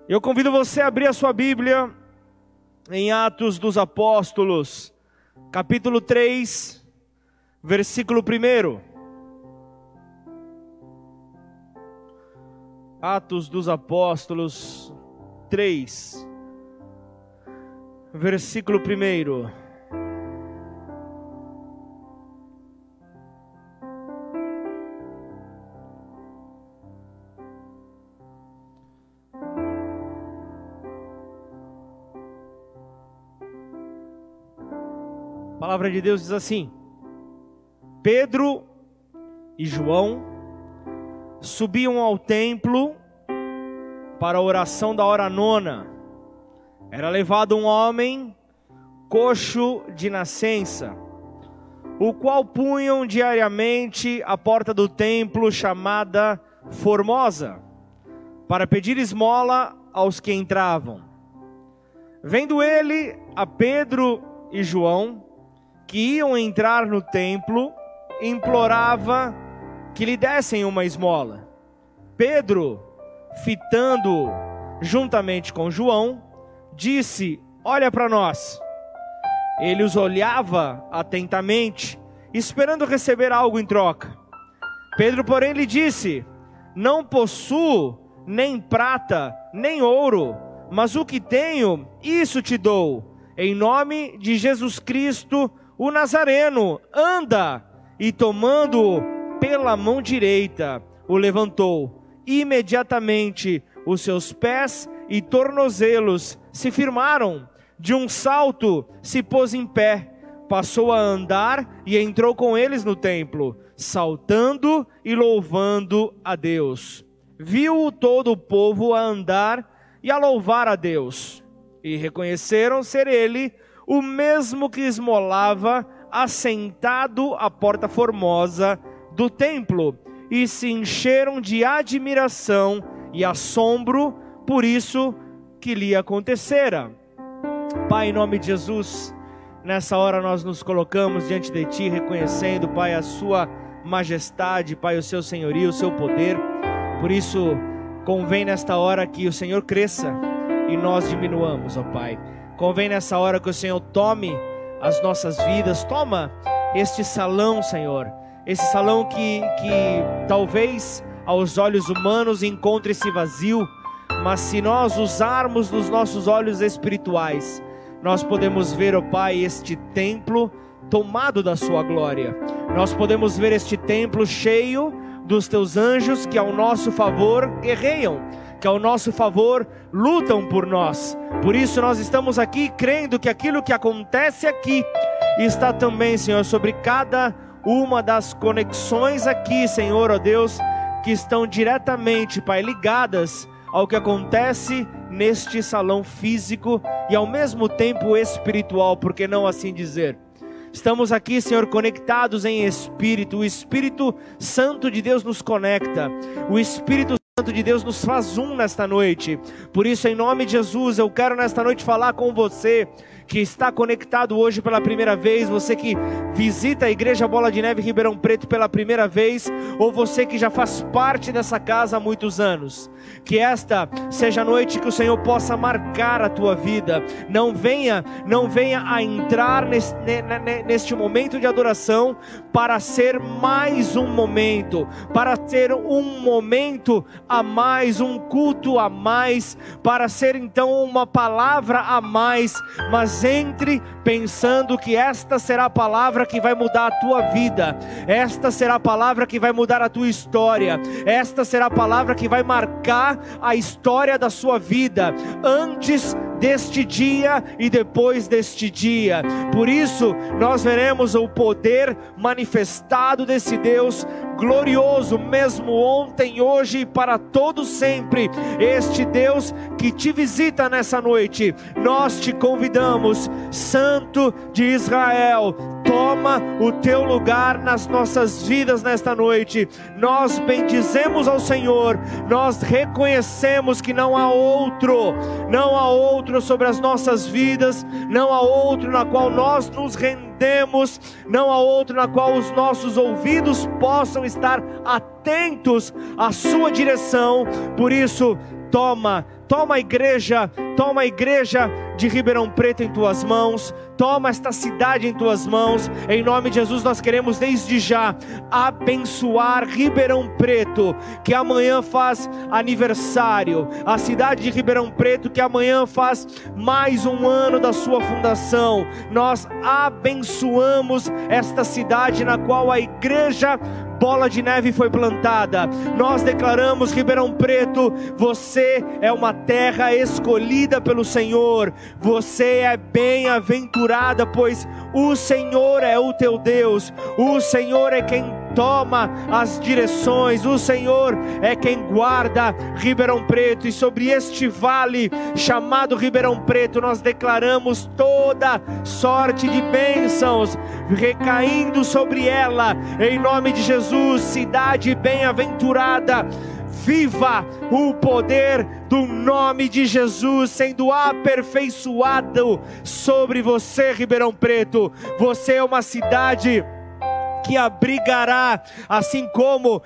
Eu convido você a abrir a sua Bíblia em Atos dos Apóstolos, capítulo 3, versículo 1. Atos dos Apóstolos 3, versículo 1. A palavra de Deus diz assim: Pedro e João subiam ao templo para a oração da hora nona. Era levado um homem coxo de nascença, o qual punham diariamente à porta do templo chamada Formosa, para pedir esmola aos que entravam. Vendo ele a Pedro e João, que iam entrar no templo, implorava que lhe dessem uma esmola. Pedro, fitando juntamente com João, disse: olha para nós. Ele os olhava atentamente, esperando receber algo em troca. Pedro, porém, lhe disse: não possuo nem prata, nem ouro, mas o que tenho, isso te dou. Em nome de Jesus Cristo, o Nazareno, anda. E tomando-o pela mão direita, o levantou. Imediatamente os seus pés e tornozelos se firmaram. De um salto se pôs em pé, passou a andar e entrou com eles no templo, saltando e louvando a Deus. Viu todo o povo a andar e a louvar a Deus, e reconheceram ser ele o mesmo que esmolava assentado à porta formosa do templo, e se encheram de admiração e assombro por isso que lhe acontecera. Pai, em nome de Jesus, nessa hora nós nos colocamos diante de Ti, reconhecendo, Pai, a Sua majestade, Pai, o Seu senhorio, o Seu poder. Por isso, convém nesta hora que o Senhor cresça e nós diminuamos, ó Pai. Convém nessa hora que o Senhor tome as nossas vidas, toma este salão, Senhor, esse salão que talvez aos olhos humanos encontre-se vazio, mas se nós usarmos nos nossos olhos espirituais, nós podemos ver, ó Pai, este templo tomado da Sua glória. Nós podemos ver este templo cheio dos Teus anjos que ao nosso favor guerreiam, que ao nosso favor lutam por nós. Por isso nós estamos aqui crendo que aquilo que acontece aqui está também, Senhor, sobre cada uma das conexões aqui, Senhor, ó Deus, que estão diretamente, Pai, ligadas ao que acontece neste salão físico e ao mesmo tempo espiritual, por que não assim dizer? Estamos aqui, Senhor, conectados em espírito. O Espírito Santo de Deus nos conecta. O Espírito Santo de Deus nos faz um nesta noite. Por isso, em nome de Jesus, eu quero nesta noite falar com você que está conectado hoje pela primeira vez, você que visita a Igreja Bola de Neve Ribeirão Preto pela primeira vez, ou você que já faz parte dessa casa há muitos anos. Que esta seja a noite que o Senhor possa marcar a tua vida. Não venha a entrar neste momento de adoração para ser mais um momento, para ser um momento a mais, um culto a mais, para ser então uma palavra a mais, mas entre pensando que esta será a palavra que vai mudar a tua vida, esta será a palavra que vai mudar a tua história, esta será a palavra que vai marcar a história da sua vida, antes deste dia e depois deste dia. Por isso nós veremos o poder manifestado desse Deus glorioso, mesmo ontem, hoje e para todo sempre. Este Deus que te visita nessa noite, nós te convidamos, Santo de Israel, toma o teu lugar nas nossas vidas nesta noite. Nós bendizemos ao Senhor, nós reconhecemos que não há outro sobre as nossas vidas, não há outro na qual nós nos rendemos, não há outro na qual os nossos ouvidos possam estar atentos à sua direção. Por isso, toma toma a igreja de Ribeirão Preto em tuas mãos, toma esta cidade em tuas mãos. Em nome de Jesus nós queremos desde já abençoar Ribeirão Preto, que amanhã faz aniversário, a cidade de Ribeirão Preto que amanhã faz mais um ano da sua fundação. Nós abençoamos esta cidade na qual a igreja Bola de Neve foi plantada. Nós declaramos: Ribeirão Preto, você é uma terra escolhida pelo Senhor, você é bem-aventurada, pois o Senhor é o teu Deus, o Senhor é quem toma as direções, o Senhor é quem guarda Ribeirão Preto. E sobre este vale chamado Ribeirão Preto, nós declaramos toda sorte de bênçãos recaindo sobre ela, em nome de Jesus. Cidade bem-aventurada, viva o poder do nome de Jesus sendo aperfeiçoado sobre você, Ribeirão Preto. Você é uma cidade que abrigará, assim como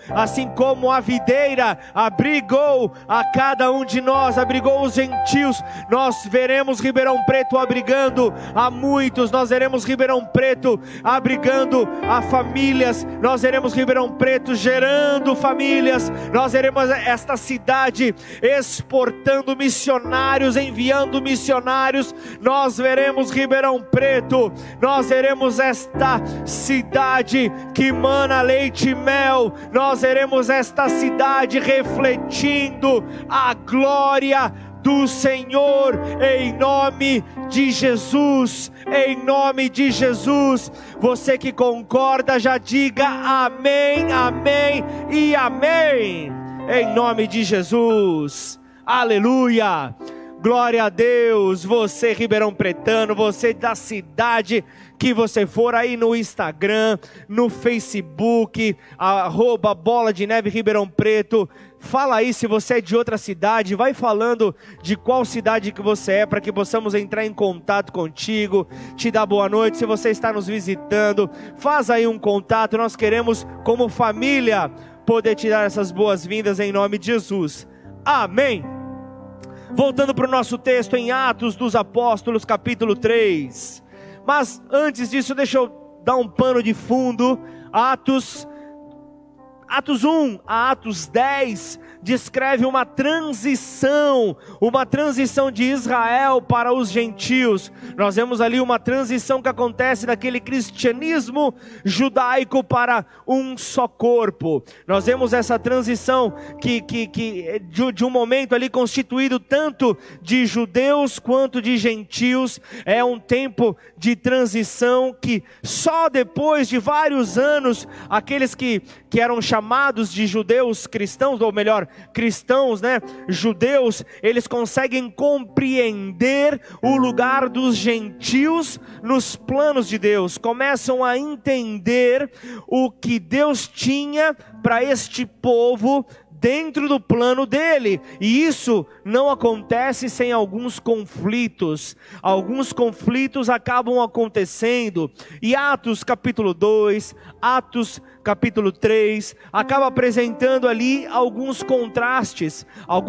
a videira abrigou a cada um de nós, abrigou os gentios. Nós veremos Ribeirão Preto abrigando a muitos, nós veremos Ribeirão Preto abrigando a famílias, nós veremos Ribeirão Preto gerando famílias, nós veremos esta cidade exportando missionários, enviando missionários. Nós veremos Ribeirão Preto, nós veremos esta cidade que mana leite e mel. Nós veremos esta cidade refletindo a glória do Senhor, em nome de Jesus, em nome de Jesus. Você que concorda, já diga amém, amém e amém, em nome de Jesus. Aleluia, glória a Deus. Você Ribeirão Pretano, você da cidade que você for aí no Instagram, no Facebook, @Bola de Neve Ribeirão Preto, fala aí se você é de outra cidade, vai falando de qual cidade que você é, para que possamos entrar em contato contigo, te dar boa noite. Se você está nos visitando, faz aí um contato. Nós queremos, como família, poder te dar essas boas-vindas em nome de Jesus. Amém. Voltando para o nosso texto em Atos dos Apóstolos, capítulo 3. Mas antes disso, deixa eu dar um pano de fundo. Atos 1 a Atos 10 descreve uma transição de Israel para os gentios. Nós vemos ali uma transição que acontece daquele cristianismo judaico para um só corpo. Nós vemos essa transição de um momento ali constituído tanto de judeus quanto de gentios. É um tempo de transição que só depois de vários anos, aqueles que eram chamados de judeus cristãos, ou melhor, cristãos, judeus, eles conseguem compreender o lugar dos gentios nos planos de Deus, começam a entender o que Deus tinha para este povo dentro do plano dele. E isso não acontece sem alguns conflitos. Alguns conflitos acabam acontecendo. E Atos capítulo 2, Atos capítulo 3, acaba apresentando ali alguns contrastes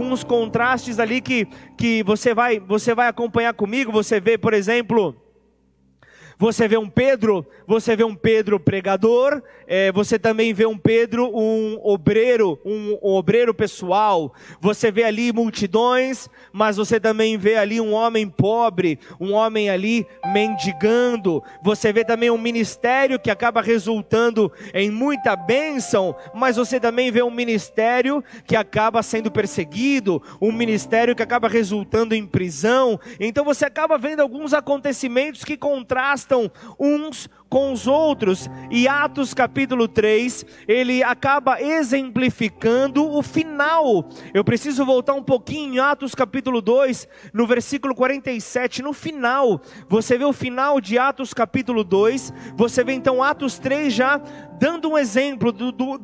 ali que você vai acompanhar comigo. Você vê, por exemplo, você vê um Pedro pregador, você também vê um Pedro, um obreiro pessoal. Você vê ali multidões, mas você também vê ali um homem pobre, um homem ali mendigando. Você vê também um ministério que acaba resultando em muita bênção, mas você também vê um ministério que acaba sendo perseguido, um ministério que acaba resultando em prisão. Então você acaba vendo alguns acontecimentos que contrastam uns com os outros. E Atos capítulo 3, ele acaba exemplificando o final. Eu preciso voltar um pouquinho em Atos capítulo 2, no versículo 47, no final. Você vê o final de Atos capítulo 2, você vê então Atos 3 já dando um exemplo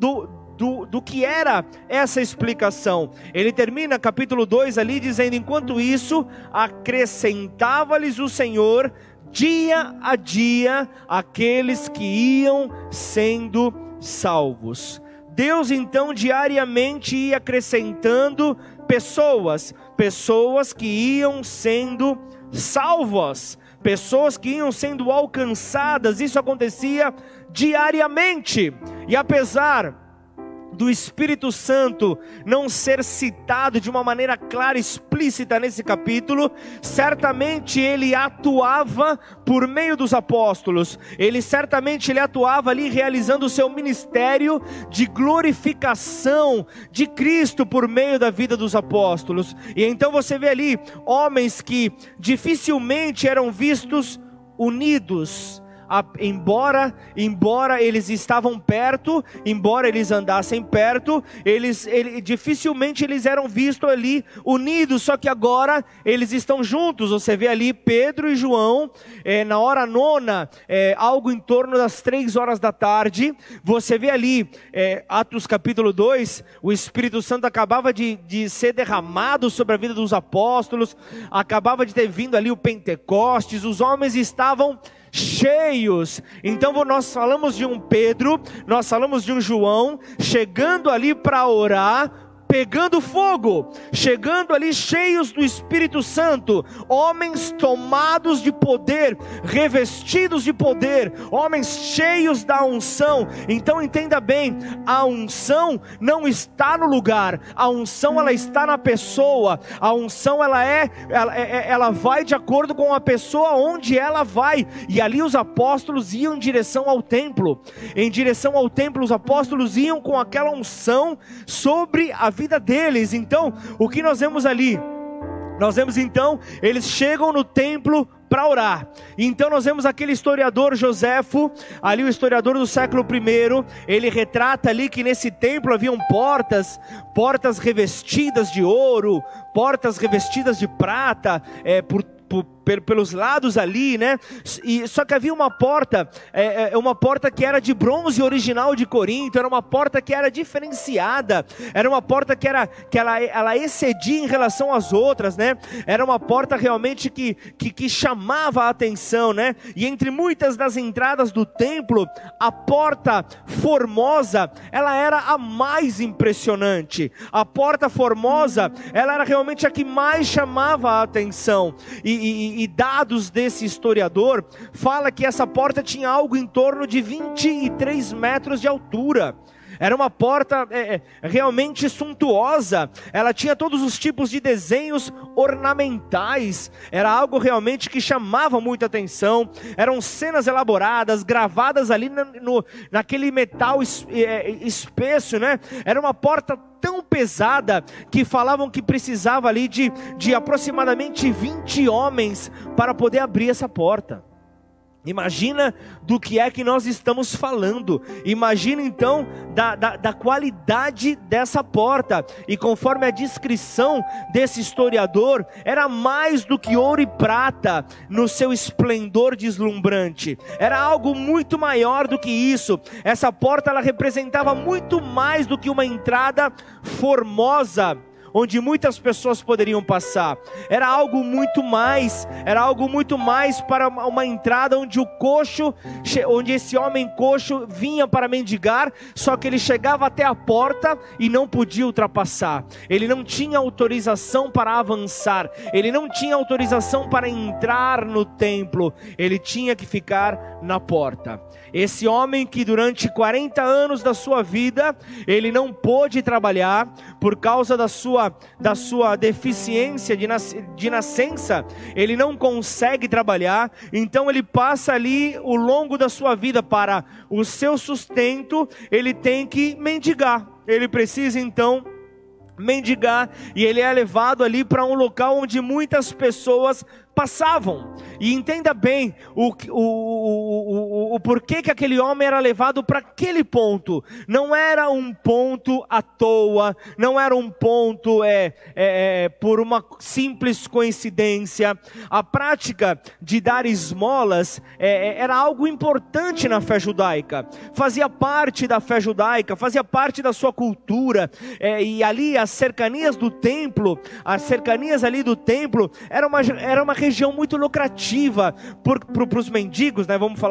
do que era essa explicação. Ele termina capítulo 2 ali dizendo: enquanto isso, acrescentava-lhes o Senhor dia a dia aqueles que iam sendo salvos. Deus então diariamente ia acrescentando pessoas que iam sendo salvas, pessoas que iam sendo alcançadas. Isso acontecia diariamente. E apesar do Espírito Santo não ser citado de uma maneira clara, explícita nesse capítulo, certamente ele atuava por meio dos apóstolos. Ele atuava ali realizando o seu ministério de glorificação de Cristo por meio da vida dos apóstolos. E então você vê ali homens que dificilmente eram vistos unidos. Embora eles estavam perto, embora eles andassem perto, dificilmente eles eram vistos ali unidos. Só que agora eles estão juntos. Você vê ali Pedro e João, na hora nona, algo em torno das 3 horas da tarde. Você vê ali, Atos capítulo 2, o Espírito Santo acabava de ser derramado sobre a vida dos apóstolos, acabava de ter vindo ali o Pentecostes, os homens estavam cheios. Então nós falamos de um Pedro, nós falamos de um João chegando ali para orar, pegando fogo, chegando ali cheios do Espírito Santo, homens tomados de poder, revestidos de poder, homens cheios da unção. Então entenda bem, a unção não está no lugar, a unção ela está na pessoa, a unção ela vai de acordo com a pessoa onde ela vai. E ali os apóstolos iam em direção ao templo, os apóstolos iam com aquela unção sobre a vida deles. Então, o que nós vemos ali? Nós vemos então, eles chegam no templo para orar. Então nós vemos aquele historiador Joséfo, ali o historiador do século I, ele retrata ali que nesse templo haviam portas revestidas de ouro, portas revestidas de prata, pelos lados ali, né? Só que havia uma porta que era de bronze original de Corinto, era uma porta que era diferenciada, era uma porta que ela excedia em relação às outras, né? Era uma porta realmente que chamava a atenção, né? E entre muitas das entradas do templo, a porta formosa, ela era a mais impressionante. A porta formosa, ela era realmente a que mais chamava a atenção. E dados desse historiador fala que essa porta tinha algo em torno de 23 metros de altura. Era uma porta realmente suntuosa, ela tinha todos os tipos de desenhos ornamentais, era algo realmente que chamava muita atenção. Eram cenas elaboradas, gravadas ali naquele metal espesso, né? Era uma porta tão pesada que falavam que precisava ali de aproximadamente 20 homens para poder abrir essa porta. Imagina do que é que nós estamos falando. Imagina então da qualidade dessa porta. E conforme a descrição desse historiador, era mais do que ouro e prata no seu esplendor deslumbrante. Era algo muito maior do que isso. Essa porta ela representava muito mais do que uma entrada formosa, onde muitas pessoas poderiam passar. Era algo muito mais para uma entrada onde onde esse homem coxo vinha para mendigar, só que ele chegava até a porta e não podia ultrapassar. Ele não tinha autorização para avançar, ele não tinha autorização para entrar no templo, ele tinha que ficar na porta. Esse homem que durante 40 anos da sua vida, ele não pôde trabalhar por causa da sua deficiência de nascença, ele não consegue trabalhar, então ele passa ali o longo da sua vida para o seu sustento, ele tem que mendigar, ele precisa então mendigar, e ele é levado ali para um local onde muitas pessoas passavam. E entenda bem o porquê que aquele homem era levado para aquele ponto. Não era um ponto à toa, não era um ponto por uma simples coincidência. A prática de dar esmolas era algo importante na fé judaica, fazia parte da fé judaica, fazia parte da sua cultura, e ali as cercanias do templo, era uma região muito lucrativa para os mendigos, né? Vamos falar assim,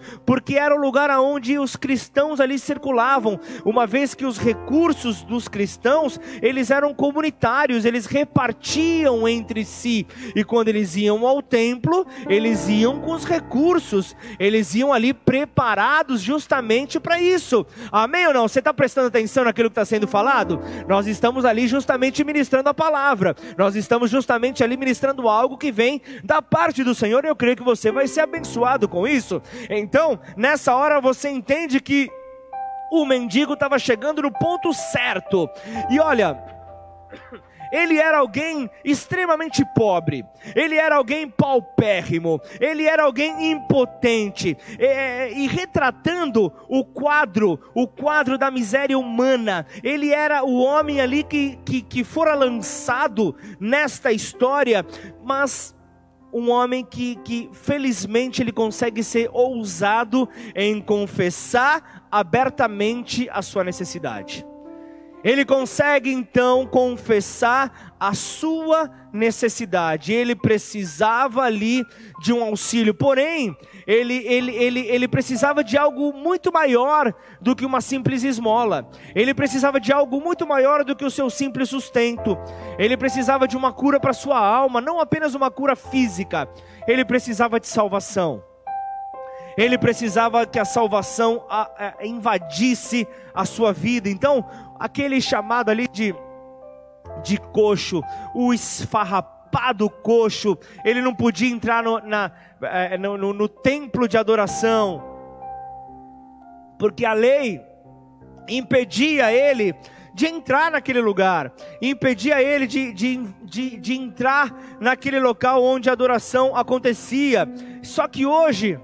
porque era o lugar onde os cristãos ali circulavam, uma vez que os recursos dos cristãos, eles eram comunitários, eles repartiam entre si, e quando eles iam ao templo, eles iam com os recursos, eles iam ali preparados justamente para isso. Amém ou não? Você está prestando atenção naquilo que está sendo falado? Nós estamos ali justamente ministrando a palavra, nós estamos justamente ali ministrando algo que vem da parte do Senhor, e eu creio que você vai ser abençoado com isso. Então, nessa hora você entende que o mendigo estava chegando no ponto certo, e olha, ele era alguém extremamente pobre, ele era alguém paupérrimo, ele era alguém impotente, e retratando o quadro da miséria humana, ele era o homem ali que fora lançado nesta história, mas um homem que felizmente ele consegue ser ousado em confessar abertamente a sua necessidade. Ele consegue então confessar a sua necessidade. Ele precisava ali de um auxílio, porém, ele precisava de algo muito maior do que uma simples esmola. Ele precisava de algo muito maior do que o seu simples sustento. Ele precisava de uma cura para sua alma, não apenas uma cura física. Ele precisava de salvação. Ele precisava que a salvação invadisse a sua vida. Então, aquele chamado ali de coxo, o esfarrapado coxo, ele não podia entrar no templo de adoração, porque a lei impedia ele de entrar naquele lugar, impedia ele de entrar naquele local onde a adoração acontecia. Só que hoje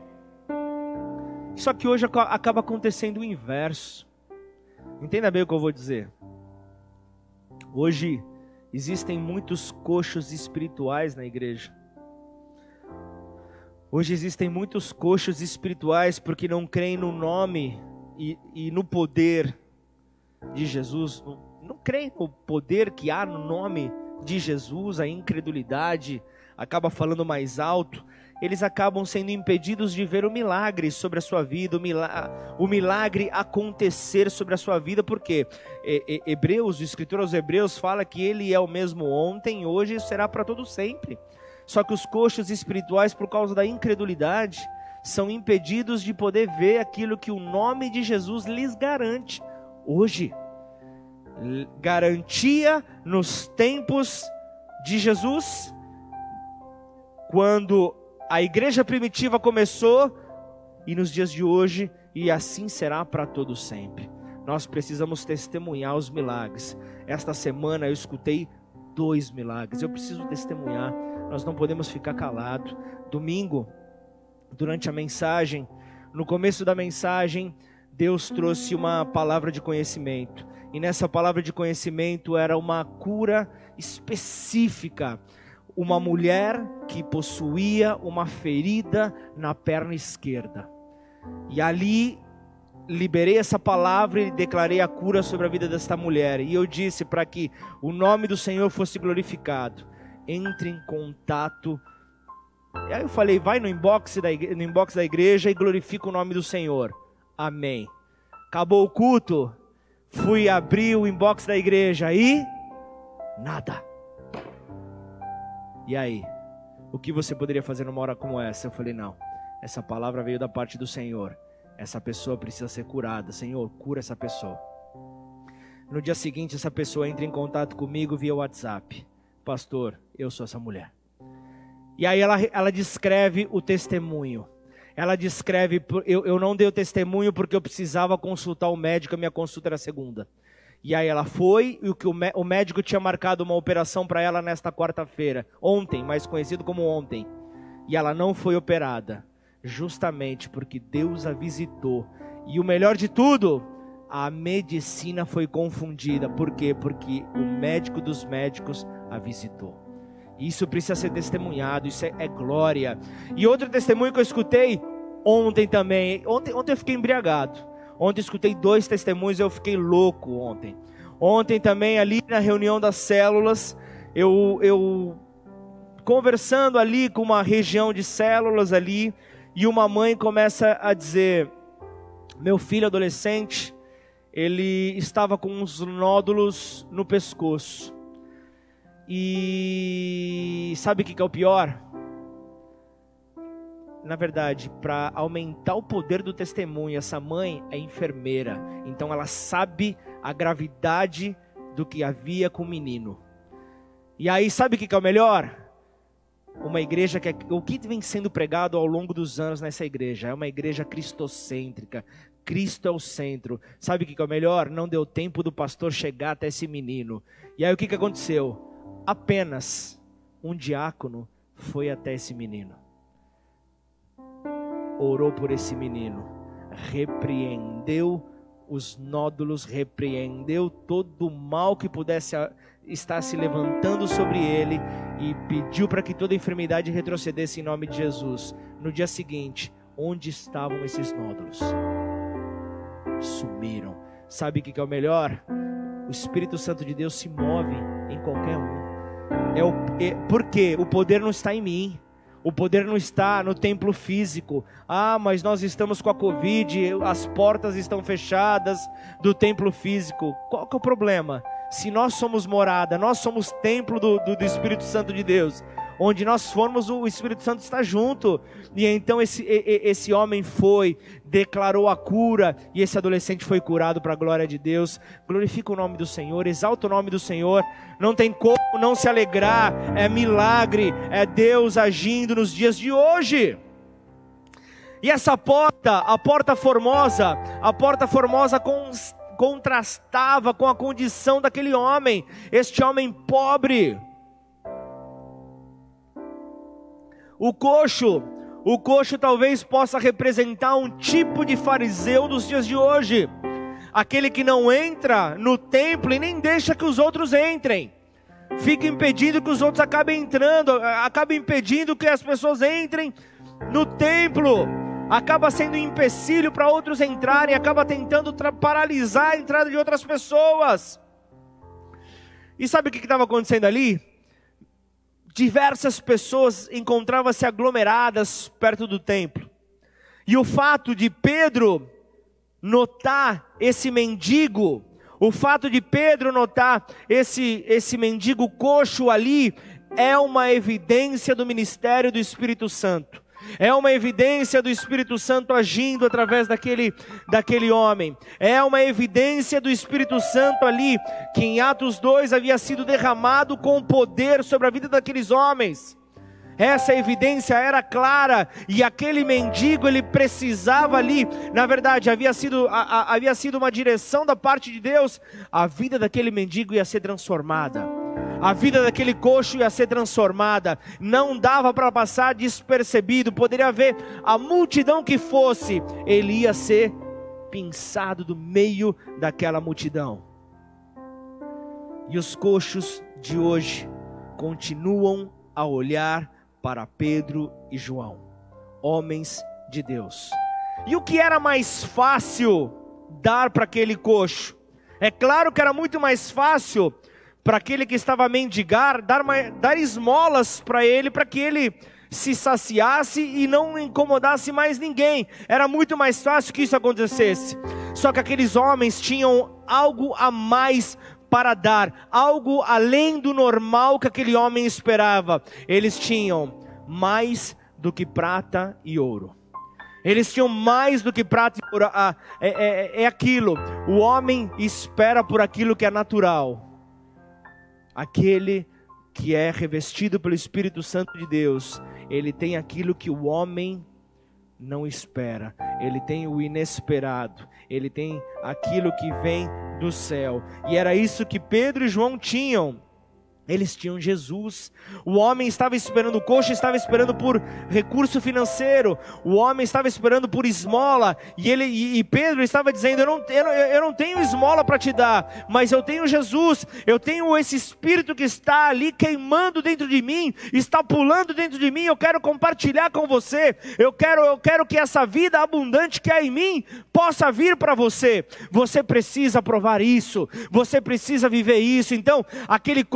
acaba acontecendo o inverso. Entenda bem o que eu vou dizer. Hoje existem muitos coxos espirituais na igreja. Hoje existem muitos coxos espirituais porque não creem no nome e no poder de Jesus. Não creem no poder que há no nome de Jesus. A incredulidade acaba falando mais alto. Eles acabam sendo impedidos de ver o milagre sobre a sua vida, o milagre acontecer sobre a sua vida, porque o escritor aos Hebreus fala que ele é o mesmo ontem, hoje e será para todo sempre. Só que os coxos espirituais, por causa da incredulidade, são impedidos de poder ver aquilo que o nome de Jesus lhes garante hoje. Garantia nos tempos de Jesus, quando a igreja primitiva começou, e nos dias de hoje, e assim será para todo sempre. Nós precisamos testemunhar os milagres. Esta semana eu escutei 2 milagres, eu preciso testemunhar, nós não podemos ficar calados. Domingo, durante a mensagem, no começo da mensagem, Deus trouxe uma palavra de conhecimento, e nessa palavra de conhecimento era uma cura específica. Uma mulher que possuía uma ferida na perna esquerda. E ali liberei essa palavra e declarei a cura sobre a vida desta mulher. E eu disse para que o nome do Senhor fosse glorificado. Entre em contato. E aí eu falei, vai no inbox da igreja e glorifica o nome do Senhor. Amém. Acabou o culto. Fui abrir o inbox da igreja e nada. E aí, o que você poderia fazer numa hora como essa? Eu falei, não, essa palavra veio da parte do Senhor. Essa pessoa precisa ser curada. Senhor, cura essa pessoa. No dia seguinte, essa pessoa entra em contato comigo via WhatsApp. Pastor, eu sou essa mulher. E aí ela descreve o testemunho. Ela descreve, eu não dei o testemunho porque eu precisava consultar o médico, a minha consulta era segunda. E aí ela foi, e o médico tinha marcado uma operação para ela nesta quarta-feira, ontem, mais conhecido como ontem. E ela não foi operada, justamente porque Deus a visitou. E o melhor de tudo, a medicina foi confundida. Por quê? Porque o médico dos médicos a visitou. Isso precisa ser testemunhado, isso é glória. E outro testemunho que eu escutei ontem também, ontem eu fiquei embriagado. Ontem eu escutei 2 testemunhos e eu fiquei louco ontem. Ontem também ali na reunião das células, eu conversando ali com uma região de células ali, e uma mãe começa a dizer: meu filho adolescente, ele estava com uns nódulos no pescoço. E sabe o que é o pior? Na verdade, para aumentar o poder do testemunho, essa mãe é enfermeira, então ela sabe a gravidade do que havia com o menino. E aí, sabe o que é o melhor? Uma igreja que o que vem sendo pregado ao longo dos anos nessa igreja é uma igreja cristocêntrica. Cristo é o centro. Sabe o que é o melhor? Não deu tempo do pastor chegar até esse menino. E aí o que aconteceu? Apenas um diácono foi até esse menino, orou por esse menino, repreendeu os nódulos, repreendeu todo o mal que pudesse estar se levantando sobre ele e pediu para que toda enfermidade retrocedesse em nome de Jesus. No dia seguinte, onde estavam esses nódulos? Sumiram. Sabe o que é o melhor? O Espírito Santo de Deus se move em qualquer um. Porque o poder não está em mim. O poder não está no templo físico. Mas nós estamos com a Covid, as portas estão fechadas do templo físico. Qual que é o problema? Se nós somos morada, nós somos templo do Espírito Santo de Deus. Onde nós formos, o Espírito Santo está junto. E então esse homem foi, declarou a cura, e esse adolescente foi curado para a glória de Deus. Glorifica o nome do Senhor, exalta o nome do Senhor. Não tem como não se alegrar, é milagre, é Deus agindo nos dias de hoje. E essa porta, a porta formosa contrastava com a condição daquele homem, este homem pobre. O coxo talvez possa representar um tipo de fariseu dos dias de hoje. Aquele que não entra no templo e nem deixa que os outros entrem. Fica impedindo que os outros acabem entrando, acaba impedindo que as pessoas entrem no templo. Acaba sendo um empecilho para outros entrarem, acaba tentando paralisar a entrada de outras pessoas. E sabe o que estava acontecendo ali? Diversas pessoas encontravam-se aglomeradas perto do templo. E o fato de Pedro notar esse mendigo, o fato de Pedro notar esse mendigo coxo ali, é uma evidência do ministério do Espírito Santo. É uma evidência do Espírito Santo agindo através daquele homem. É uma evidência do Espírito Santo ali, que em Atos 2 havia sido derramado com poder sobre a vida daqueles homens. Essa evidência era clara, e aquele mendigo, ele precisava ali, na verdade, havia sido uma direção da parte de Deus. A vida daquele mendigo ia ser transformada. A vida daquele coxo ia ser transformada. Não dava para passar despercebido. Poderia haver a multidão que fosse, ele ia ser pinçado do meio daquela multidão. E os coxos de hoje continuam a olhar para Pedro e João, homens de Deus. E o que era mais fácil dar para aquele coxo? É claro que era muito mais fácil para aquele que estava a mendigar, dar esmolas para ele, para que ele se saciasse e não incomodasse mais ninguém. Era muito mais fácil que isso acontecesse. Só que aqueles homens tinham algo a mais para dar, algo além do normal que aquele homem esperava. Eles tinham mais do que prata e ouro. Eles tinham mais do que prata e ouro. É aquilo, o homem espera por aquilo que é natural. Aquele que é revestido pelo Espírito Santo de Deus, ele tem aquilo que o homem não espera. Ele tem o inesperado. Ele tem aquilo que vem do céu. E era isso que Pedro e João tinham. Eles tinham Jesus. O homem estava esperando, o coxo estava esperando por recurso financeiro. O homem estava esperando por esmola. E Pedro estava dizendo: eu não tenho esmola para te dar, mas eu tenho Jesus. Eu tenho esse Espírito que está ali queimando dentro de mim, está pulando dentro de mim. Eu quero compartilhar com você. Eu quero que essa vida abundante que há em mim possa vir para você. Você precisa provar isso. Você precisa viver isso. Então, aquele coxo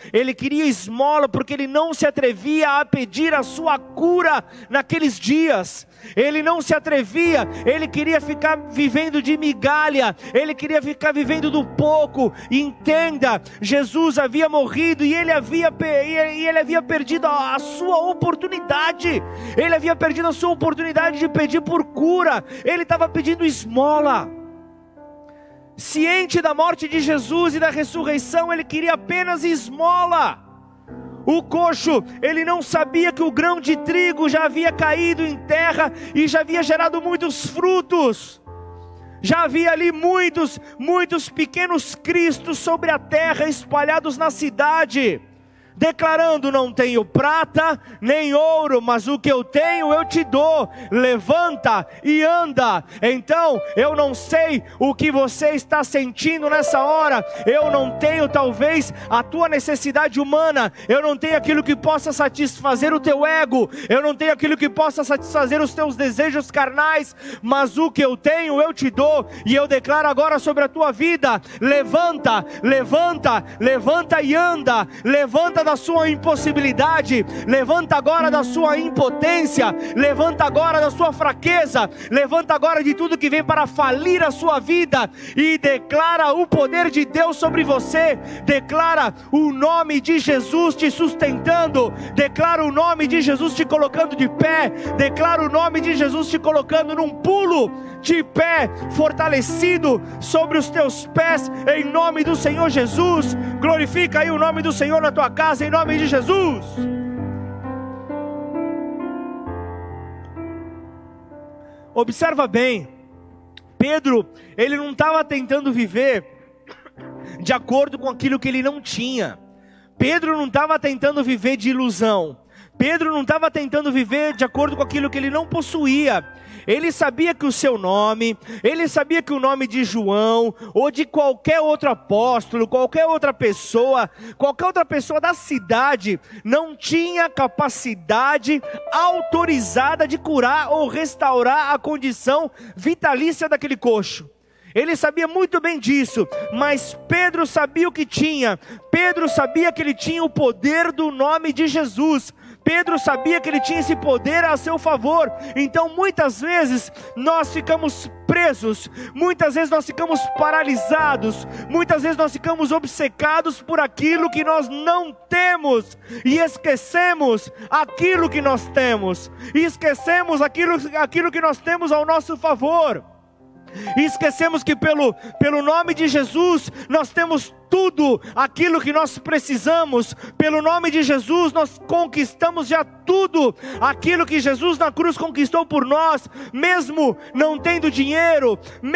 ele queria esmola porque ele não se atrevia a pedir a sua cura naqueles dias. Ele não se atrevia, ele queria ficar vivendo de migalha, ele queria ficar vivendo do pouco. Entenda, Jesus havia morrido e ele havia perdido a sua oportunidade. Ele havia perdido a sua oportunidade de pedir por cura. Ele estava pedindo esmola. Ciente da morte de Jesus e da ressurreição, ele queria apenas esmola. O coxo, ele não sabia que o grão de trigo já havia caído em terra e já havia gerado muitos frutos. Já havia ali muitos pequenos cristos sobre a terra, espalhados na cidade, declarando: não tenho prata nem ouro, mas o que eu tenho eu te dou, levanta e anda. Então, eu não sei o que você está sentindo nessa hora. Eu não tenho talvez a tua necessidade humana, eu não tenho aquilo que possa satisfazer o teu ego, eu não tenho aquilo que possa satisfazer os teus desejos carnais, mas o que eu tenho eu te dou. E eu declaro agora sobre a tua vida: levanta, levanta, levanta e anda. Levanta da sua impossibilidade, levanta agora da sua impotência, levanta agora da sua fraqueza, levanta agora de tudo que vem para falir a sua vida, e declara o poder de Deus sobre você. Declara o nome de Jesus te sustentando, declara o nome de Jesus te colocando de pé, declara o nome de Jesus te colocando num pulo de pé, fortalecido sobre os teus pés, em nome do Senhor Jesus. Glorifica aí o nome do Senhor na tua casa, em nome de Jesus. Observa bem, Pedro, ele não estava tentando viver de acordo com aquilo que ele não tinha. Pedro não estava tentando viver de ilusão. Pedro não estava tentando viver de acordo com aquilo que ele não possuía. Ele sabia que o seu nome, ele sabia que o nome de João, ou de qualquer outro apóstolo, qualquer outra pessoa da cidade, não tinha capacidade autorizada de curar ou restaurar a condição vitalícia daquele coxo. Ele sabia muito bem disso, mas Pedro sabia o que tinha. Pedro sabia que ele tinha o poder do nome de Jesus. Pedro sabia que ele tinha esse poder a seu favor. Então muitas vezes nós ficamos presos, muitas vezes nós ficamos paralisados, muitas vezes nós ficamos obcecados por aquilo que nós não temos, e esquecemos aquilo que nós temos, e esquecemos aquilo que nós temos ao nosso favor. E esquecemos que pelo nome de Jesus nós temos tudo aquilo que nós precisamos. Pelo nome de Jesus nós conquistamos já tudo aquilo que Jesus na cruz conquistou por nós. Mesmo não tendo dinheiro,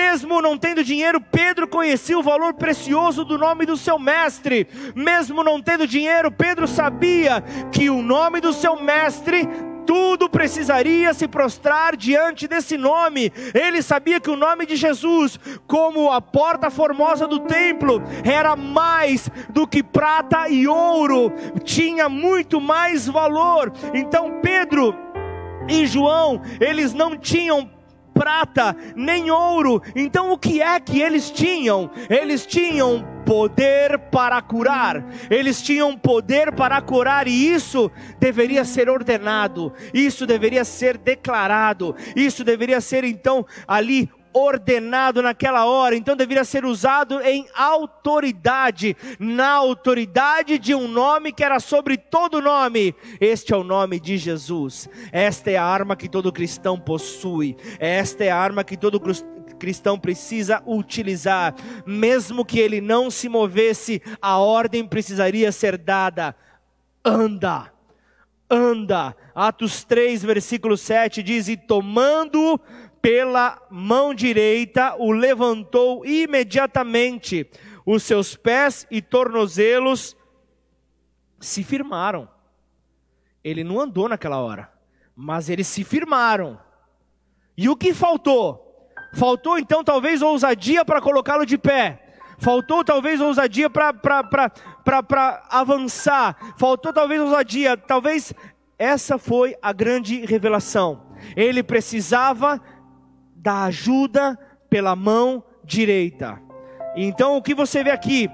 Pedro conhecia o valor precioso do nome do seu mestre. Mesmo não tendo dinheiro, Pedro sabia que o nome do seu mestre, tudo precisaria se prostrar diante desse nome. Ele sabia que o nome de Jesus, como a porta formosa do templo, era mais do que prata e ouro, tinha muito mais valor. Então Pedro e João, eles não tinham prata nem ouro. Então o que é que eles tinham? Eles tinham poder para curar. Eles tinham poder para curar, e isso deveria ser ordenado, isso deveria ser declarado, isso deveria ser então ali ordenado naquela hora. Então deveria ser usado em autoridade, na autoridade de um nome que era sobre todo nome. Este é o nome de Jesus. Esta é a arma que todo cristão possui, esta é a arma que todo cristão precisa utilizar. Mesmo que ele não se movesse, a ordem precisaria ser dada: anda, anda. Atos 3 versículo 7 diz: e tomando pela mão direita o levantou imediatamente, os seus pés e tornozelos se firmaram. Ele não andou naquela hora, mas eles se firmaram. E o que faltou? Faltou então talvez ousadia para colocá-lo de pé. Faltou talvez ousadia para avançar. Faltou talvez ousadia. Talvez essa foi a grande revelação. Ele precisava da ajuda pela mão direita. Então o que você vê aqui?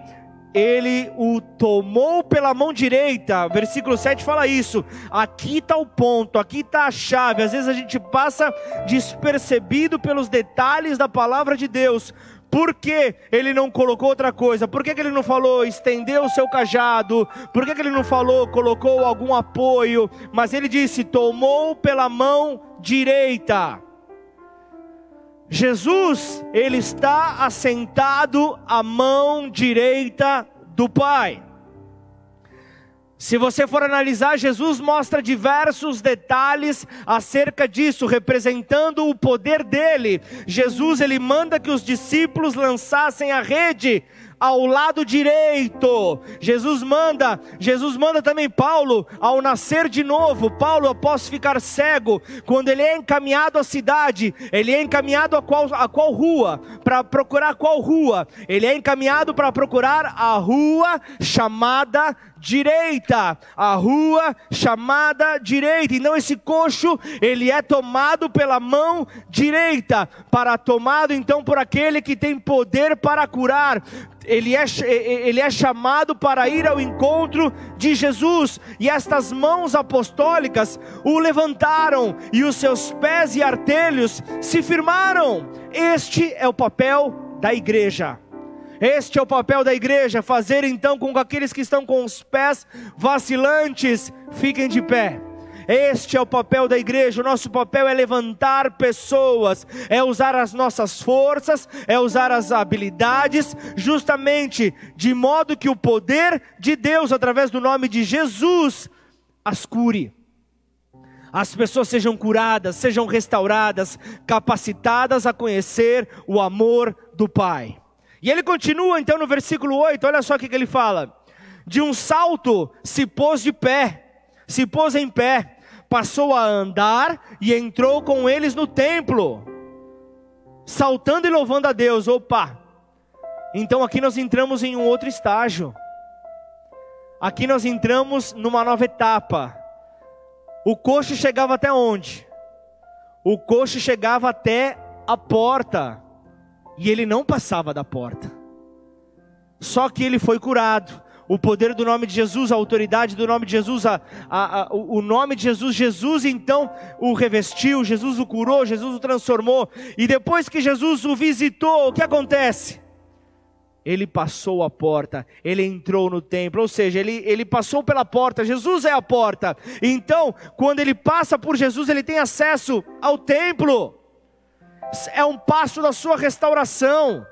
ele o tomou pela mão direita. Versículo 7 fala isso. Aqui está o ponto, aqui está a chave. Às vezes a gente passa despercebido pelos detalhes da palavra de Deus. Por que ele não colocou outra coisa? Por que ele não falou estendeu o seu cajado? Por que ele não falou colocou algum apoio? Mas ele disse tomou pela mão direita. Jesus, ele está assentado à mão direita do Pai. Se você for analisar, Jesus mostra diversos detalhes acerca disso, representando o poder dele. Jesus, ele manda que os discípulos lançassem a rede ao lado direito. Jesus manda também Paulo, ao nascer de novo, Paulo após ficar cego, quando ele é encaminhado à cidade, ele é encaminhado a qual rua? Para procurar qual rua? Ele é encaminhado para procurar a rua chamada direita, a rua chamada direita. Então esse coxo, ele é tomado pela mão direita, tomado então por aquele que tem poder para curar. Ele é chamado para ir ao encontro de Jesus, e estas mãos apostólicas o levantaram, e os seus pés e artelhos se firmaram. Este é o papel da igreja. Este é o papel da igreja, fazer então com que aqueles que estão com os pés vacilantes fiquem de pé. Este é o papel da igreja. O nosso papel é levantar pessoas, é usar as nossas forças, é usar as habilidades, justamente de modo que o poder de Deus, através do nome de Jesus, as cure. As pessoas sejam curadas, sejam restauradas, capacitadas a conhecer o amor do Pai. E ele continua então no versículo 8, olha só o que ele fala. De um salto se pôs de pé, se pôs em pé, passou a andar e entrou com eles no templo, saltando e louvando a Deus. Opa! Então aqui nós entramos em um outro estágio. Aqui nós entramos numa nova etapa. O coxo chegava até onde? O coxo chegava até a porta. E ele não passava da porta. Só que ele foi curado. O poder do nome de Jesus, a autoridade do nome de Jesus, o nome de Jesus, Jesus então o revestiu, Jesus o curou, Jesus o transformou. E depois que Jesus o visitou, o que acontece? Ele passou a porta, ele entrou no templo, ou seja, ele passou pela porta. Jesus é a porta. Então, quando ele passa por Jesus, ele tem acesso ao templo. É um passo da sua restauração.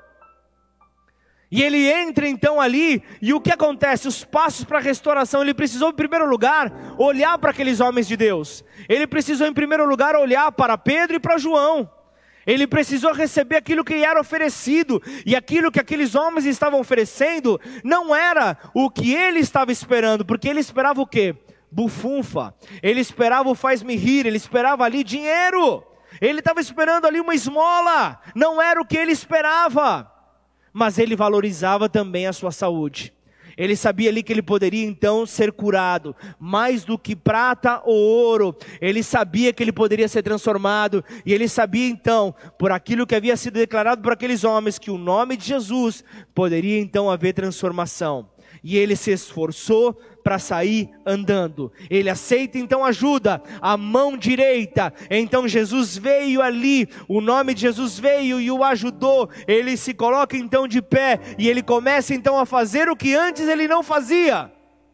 E ele entra então ali, e o que acontece? Os passos para a restauração, ele precisou em primeiro lugar olhar para aqueles homens de Deus. Ele precisou em primeiro lugar olhar para Pedro e para João. Ele precisou receber aquilo que era oferecido, e aquilo que aqueles homens estavam oferecendo não era o que ele estava esperando, porque ele esperava o quê? Bufunfa. Ele esperava o faz-me rir, ele esperava ali dinheiro. Ele estava esperando ali uma esmola, não era o que ele esperava, mas ele valorizava também a sua saúde. Ele sabia ali que ele poderia então ser curado, mais do que prata ou ouro. Ele sabia que ele poderia ser transformado, e ele sabia então, por aquilo que havia sido declarado por aqueles homens, que o nome de Jesus poderia então haver transformação. E ele se esforçou para sair andando. Ele aceita então ajuda, a mão direita. Então Jesus veio ali, o nome de Jesus veio e o ajudou. Ele se coloca então de pé, e ele começa então a fazer o que antes ele não fazia.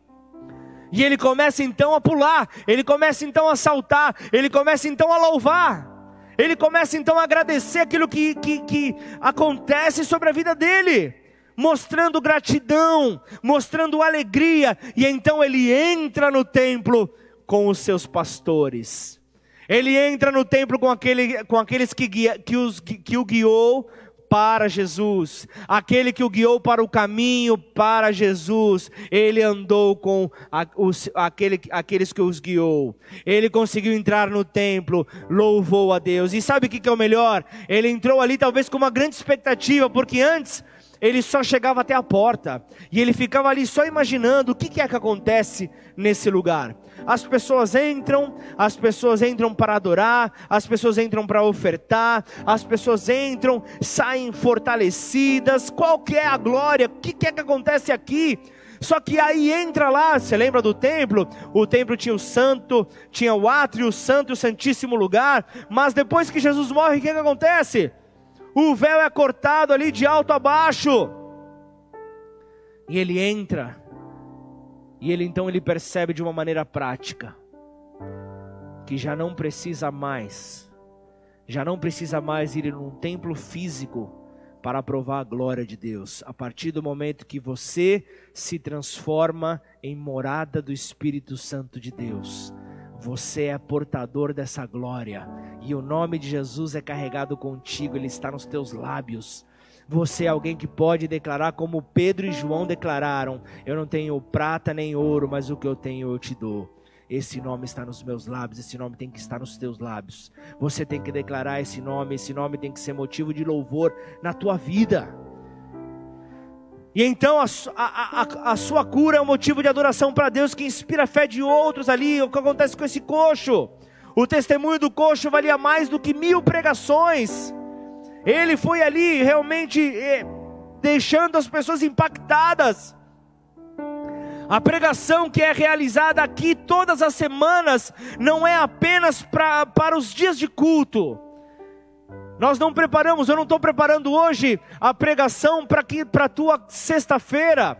E ele começa então a pular, ele começa então a saltar, ele começa então a louvar. Ele começa então a agradecer aquilo que acontece sobre a vida dele, mostrando gratidão, mostrando alegria. E então ele entra no templo com os seus pastores. Ele entra no templo com aqueles que o guiou para Jesus, aquele que o guiou para o caminho para Jesus. Ele andou com aqueles que os guiou. Ele conseguiu entrar no templo, louvou a Deus. E sabe o que é o melhor? Ele entrou ali talvez com uma grande expectativa, porque antes ele só chegava até a porta, e ele ficava ali só imaginando o que é que acontece nesse lugar. As pessoas entram para adorar, as pessoas entram para ofertar, as pessoas entram, saem fortalecidas. Qual que é a glória? O que é que acontece aqui? Só que aí entra lá, você lembra do templo? O templo tinha o santo, tinha o átrio, o santo e o santíssimo lugar. Mas depois que Jesus morre, o que acontece? O véu é cortado ali de alto a baixo. E ele entra. E ele percebe de uma maneira prática que já não precisa mais ir num templo físico para provar a glória de Deus. A partir do momento que você se transforma em morada do Espírito Santo de Deus, você é portador dessa glória, e o nome de Jesus é carregado contigo, ele está nos teus lábios. Você é alguém que pode declarar como Pedro e João declararam: eu não tenho prata nem ouro, mas o que eu tenho eu te dou. Esse nome está nos meus lábios, esse nome tem que estar nos teus lábios. Você tem que declarar esse nome tem que ser motivo de louvor na tua vida. E então a sua cura é um motivo de adoração para Deus, que inspira a fé de outros ali. O que acontece com esse coxo? O testemunho do coxo valia mais do que 1000 pregações. Ele foi ali realmente deixando as pessoas impactadas. A pregação que é realizada aqui todas as semanas não é apenas para os dias de culto. Nós não preparamos, eu não estou preparando hoje a pregação para a tua sexta-feira.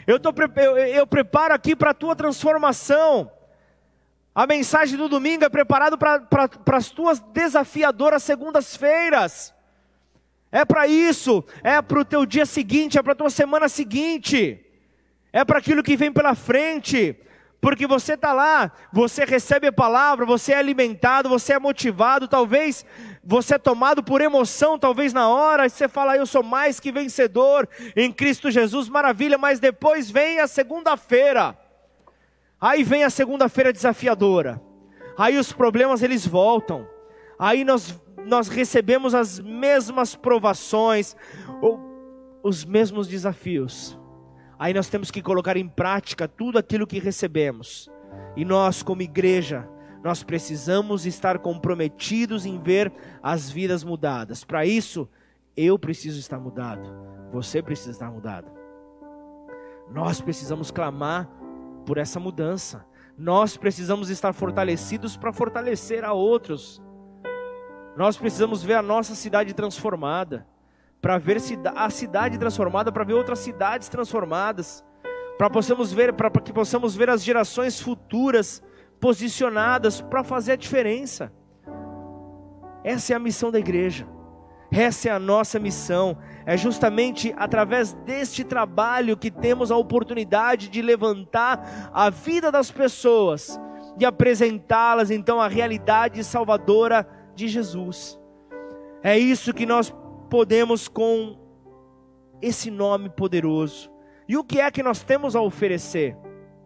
Eu preparo aqui para a tua transformação. A mensagem do domingo é preparada para as tuas desafiadoras segundas-feiras. É para isso, é para o teu dia seguinte, é para a tua semana seguinte. É para aquilo que vem pela frente, porque você está lá, você recebe a palavra, você é alimentado, você é motivado, talvez você é tomado por emoção, talvez na hora, você fala: eu sou mais que vencedor em Cristo Jesus, maravilha, mas depois vem a segunda-feira, aí vem a segunda-feira desafiadora, aí os problemas eles voltam, aí nós recebemos as mesmas provações, os mesmos desafios. Aí nós temos que colocar em prática tudo aquilo que recebemos. E nós, como igreja, nós precisamos estar comprometidos em ver as vidas mudadas. Para isso, eu preciso estar mudado. Você precisa estar mudado. Nós precisamos clamar por essa mudança. Nós precisamos estar fortalecidos para fortalecer a outros. Nós precisamos ver a nossa cidade transformada. Para ver a cidade transformada, para ver outras cidades transformadas, para que possamos ver as gerações futuras posicionadas para fazer a diferença. Essa é a missão da igreja, essa é a nossa missão. É justamente através deste trabalho que temos a oportunidade de levantar a vida das pessoas e apresentá-las então à realidade salvadora de Jesus. É isso que nós podemos com esse nome poderoso. E o que é que nós temos a oferecer?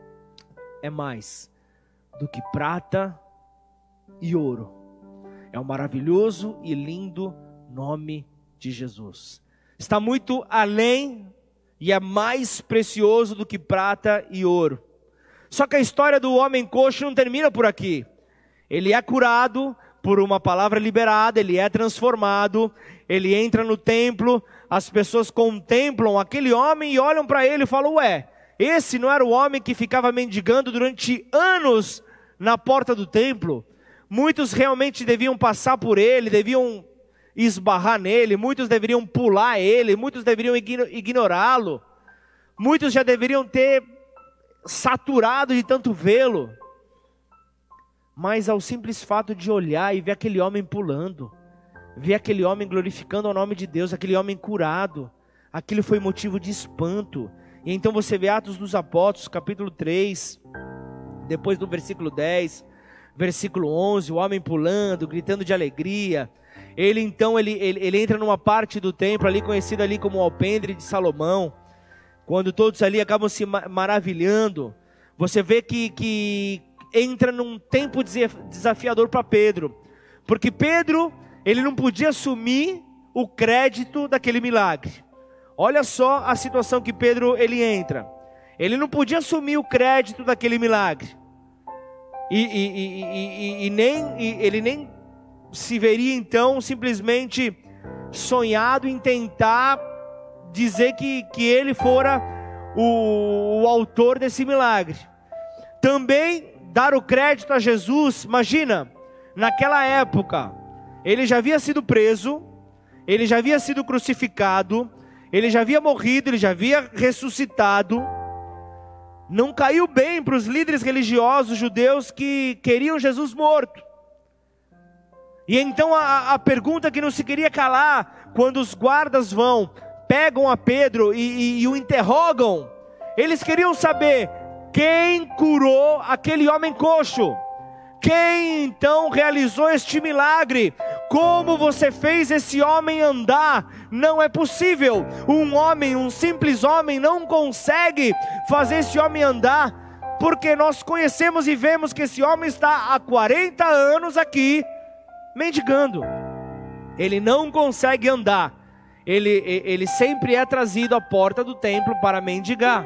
É mais do que prata e ouro. É o maravilhoso e lindo nome de Jesus. Está muito além e é mais precioso do que prata e ouro. Só que a história do homem coxo não termina por aqui. Ele é curado por uma palavra liberada, ele é transformado, ele entra no templo, as pessoas contemplam aquele homem e olham para ele e falam: ué, esse não era o homem que ficava mendigando durante anos na porta do templo? Muitos realmente deviam passar por ele, deviam esbarrar nele, muitos deveriam pular ele, muitos deveriam ignorá-lo, muitos já deveriam ter saturado de tanto vê-lo. Mas ao simples fato de olhar e ver aquele homem pulando, ver aquele homem glorificando o nome de Deus, aquele homem curado, aquilo foi motivo de espanto. E então você vê Atos dos Apóstolos, capítulo 3, depois do versículo 10, versículo 11, o homem pulando, gritando de alegria. Ele entra numa parte do templo ali, conhecida ali como o alpendre de Salomão, quando todos ali acabam se maravilhando. Você vê que entra num tempo desafiador para Pedro, porque Pedro, ele não podia assumir o crédito daquele milagre. olha só a situação que Pedro ele entra. Ele não podia assumir o crédito daquele milagre. Ele nem se veria então simplesmente sonhado em tentar dizer que ele fora o autor desse milagre. Também dar o crédito a Jesus. Imagina, naquela época, ele já havia sido preso, ele já havia sido crucificado, ele já havia morrido, ele já havia ressuscitado. Não caiu bem para os líderes religiosos judeus que queriam Jesus morto. E então a pergunta que não se queria calar, quando os guardas pegam a Pedro e o interrogam, eles queriam saber: quem curou aquele homem coxo? Quem então realizou este milagre? Como você fez esse homem andar? Não é possível. Um simples homem não consegue fazer esse homem andar, porque nós conhecemos e vemos que esse homem está há 40 anos aqui mendigando. Ele não consegue andar. Ele sempre é trazido à porta do templo para mendigar.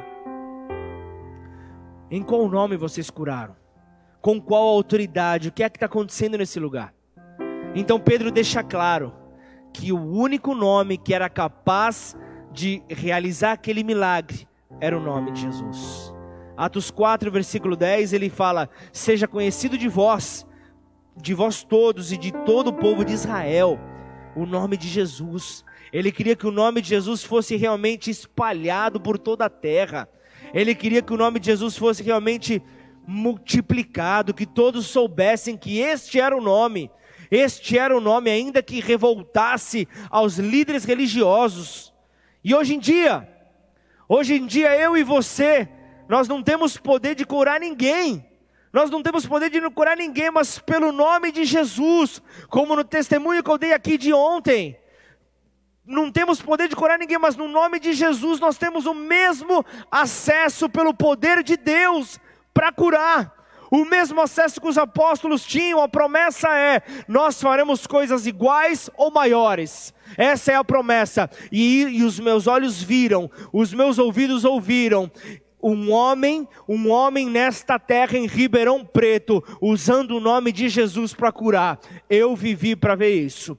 Em qual nome vocês curaram? Com qual autoridade? O que é que está acontecendo nesse lugar? Então Pedro deixa claro que o único nome que era capaz de realizar aquele milagre era o nome de Jesus. Atos 4, versículo 10, ele fala: seja conhecido de vós todos e de todo o povo de Israel, o nome de Jesus. Ele queria que o nome de Jesus fosse realmente espalhado por toda a terra. Ele queria que o nome de Jesus fosse realmente multiplicado, que todos soubessem que este era o nome, ainda que revoltasse aos líderes religiosos. E hoje em dia eu e você, nós não temos poder de curar ninguém. Nós não temos poder de curar ninguém, mas pelo nome de Jesus, como no testemunho que eu dei aqui de ontem, não temos poder de curar ninguém, mas no nome de Jesus nós temos o mesmo acesso pelo poder de Deus para curar. O mesmo acesso que os apóstolos tinham. A promessa é: nós faremos coisas iguais ou maiores. Essa é a promessa. E os meus olhos viram, os meus ouvidos ouviram um homem nesta terra em Ribeirão Preto, usando o nome de Jesus para curar. Eu vivi para ver isso.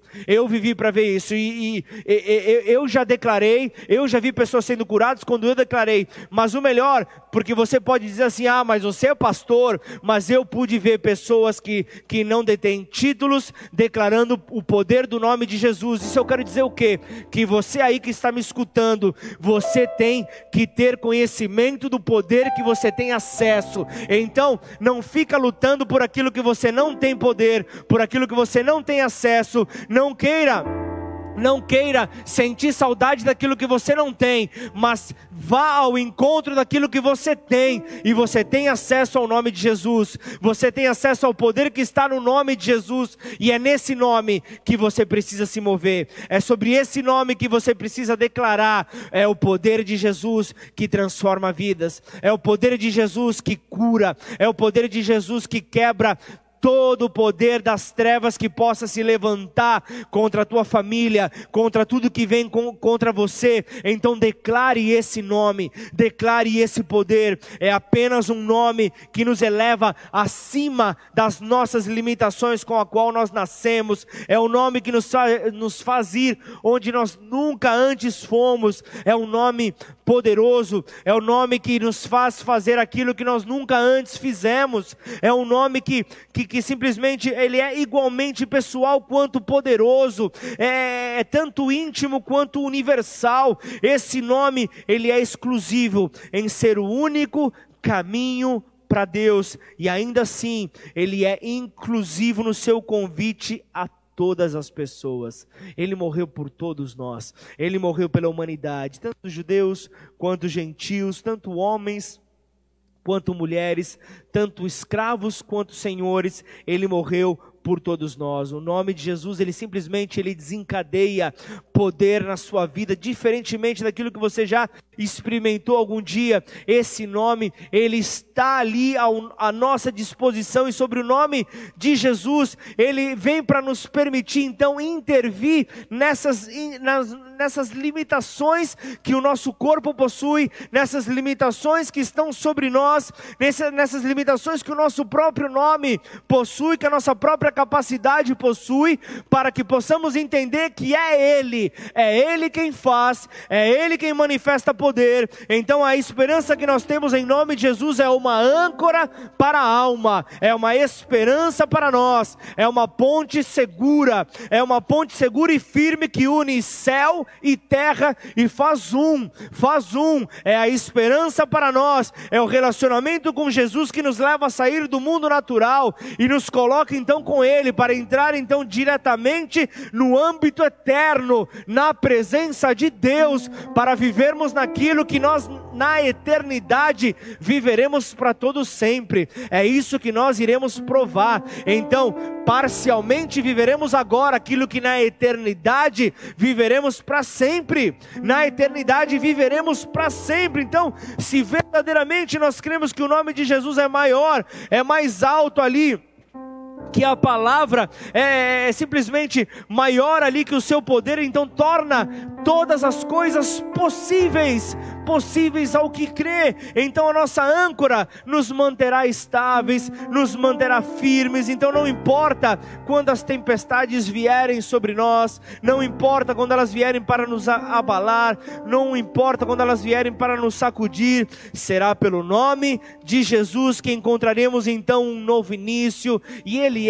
E eu já declarei, eu já vi pessoas sendo curadas quando eu declarei. Mas o melhor, porque você pode dizer assim: ah, mas você é pastor. Mas eu pude ver pessoas que não detêm títulos, declarando o poder do nome de Jesus. Isso eu quero dizer o quê? Que você aí que está me escutando, você tem que ter conhecimento do poder que você tem acesso. Então não fica lutando por aquilo que você não tem poder, por aquilo que você não tem acesso. Não queira sentir saudade daquilo que você não tem, mas vá ao encontro daquilo que você tem. E você tem acesso ao nome de Jesus, você tem acesso ao poder que está no nome de Jesus, e é nesse nome que você precisa se mover, é sobre esse nome que você precisa declarar. É o poder de Jesus que transforma vidas, é o poder de Jesus que cura, é o poder de Jesus que quebra todo o poder das trevas que possa se levantar contra a tua família, contra tudo que vem contra você. Então declare esse nome, declare esse poder. É apenas um nome que nos eleva acima das nossas limitações com a qual nós nascemos. É o nome que nos faz ir onde nós nunca antes fomos. É um nome poderoso, é o nome que nos faz fazer aquilo que nós nunca antes fizemos. É um nome que simplesmente ele é igualmente pessoal quanto poderoso, é tanto íntimo quanto universal. Esse nome, ele é exclusivo em ser o único caminho para Deus, e ainda assim ele é inclusivo no seu convite a todas as pessoas. Ele morreu por todos nós, ele morreu pela humanidade, tanto judeus quanto gentios, tanto homens quanto mulheres, tanto escravos quanto senhores. Ele morreu por todos nós. O nome de Jesus, ele simplesmente desencadeia poder na sua vida, diferentemente daquilo que você já experimentou algum dia. Esse nome, ele está ali à nossa disposição, e sobre o nome de Jesus, ele vem para nos permitir então intervir nessas limitações que o nosso corpo possui, nessas limitações que estão sobre nós, nessas limitações que o nosso próprio nome possui, que a nossa própria capacidade possui, para que possamos entender que é Ele quem faz, é Ele quem manifesta poder. Então a esperança que nós temos em nome de Jesus é uma âncora para a alma, é uma esperança para nós, é uma ponte segura e firme que une céu e terra e faz um, é a esperança para nós, é o relacionamento com Jesus que nos leva a sair do mundo natural e nos coloca então com Ele, para entrar então diretamente no âmbito eterno, na presença de Deus, para vivermos naquilo que nós na eternidade viveremos para todo sempre. É isso que nós iremos provar. Então, parcialmente viveremos agora aquilo que na eternidade viveremos para sempre. Na eternidade viveremos para sempre. Então, se verdadeiramente nós cremos que o nome de Jesus é maior, é mais alto ali, que a palavra é simplesmente maior ali que o seu poder, então torna todas as coisas possíveis ao que crê. Então a nossa âncora nos manterá estáveis, nos manterá firmes. Então não importa quando as tempestades vierem sobre nós, não importa quando elas vierem para nos abalar, não importa quando elas vierem para nos sacudir, será pelo nome de Jesus que encontraremos então um novo início. E Ele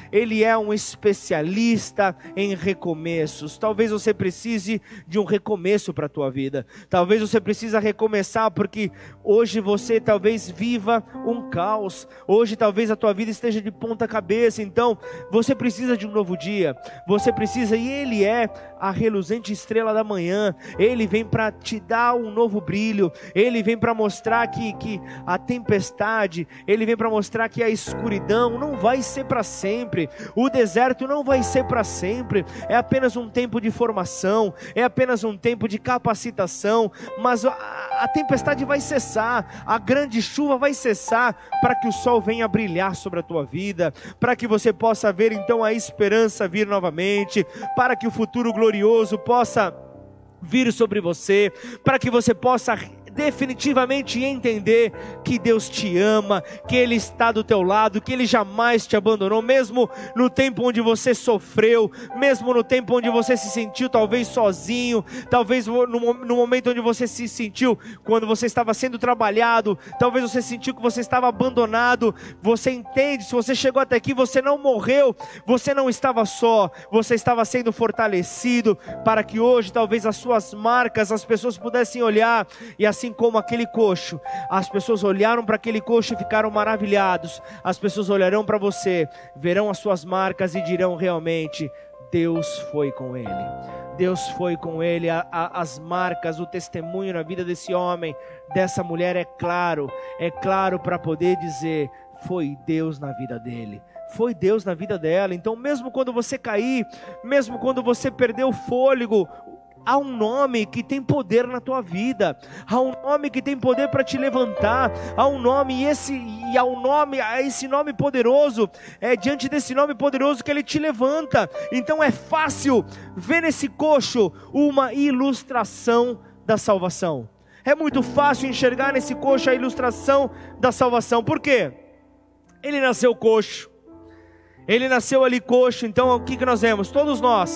é um especialista em recomeços. Talvez você precise de um recomeço para a tua vida. Talvez você precisa recomeçar, porque hoje você talvez viva um caos. Hoje talvez a tua vida esteja de ponta cabeça. Então você precisa de um novo dia. Você precisa, e Ele é a reluzente estrela da manhã. Ele vem para te dar um novo brilho. Ele vem para mostrar que a tempestade, Ele vem para mostrar que a escuridão não vai ser para sempre. O deserto não vai ser para sempre. É apenas um tempo de formação, é apenas um tempo de capacitação, mas a tempestade vai cessar, a grande chuva vai cessar, para que o sol venha brilhar sobre a tua vida, para que você possa ver então a esperança vir novamente, para que o futuro glorioso possa vir sobre você, para que você possa definitivamente entender que Deus te ama, que Ele está do teu lado, que Ele jamais te abandonou, mesmo no tempo onde você sofreu, mesmo no tempo onde você se sentiu talvez sozinho, talvez no momento onde você se sentiu, quando você estava sendo trabalhado, talvez você sentiu que você estava abandonado. Você entende, se você chegou até aqui, você não morreu, você não estava só, você estava sendo fortalecido, para que hoje talvez as suas marcas, as pessoas pudessem olhar, e assim como aquele coxo, as pessoas olharam para aquele coxo e ficaram maravilhados. As pessoas olharão para você, verão as suas marcas e dirão: realmente, Deus foi com ele. Deus foi com ele. As marcas, o testemunho na vida desse homem, dessa mulher é claro para poder dizer: foi Deus na vida dele, foi Deus na vida dela. Então mesmo quando você cair, mesmo quando você perder o fôlego, há um nome que tem poder na tua vida, há um nome que tem poder para te levantar, há um nome, há esse nome poderoso, é diante desse nome poderoso que Ele te levanta. Então é fácil ver nesse coxo uma ilustração da salvação, é muito fácil enxergar nesse coxo a ilustração da salvação. Por quê? Ele nasceu coxo, ele nasceu ali coxo. Então o que nós vemos? Todos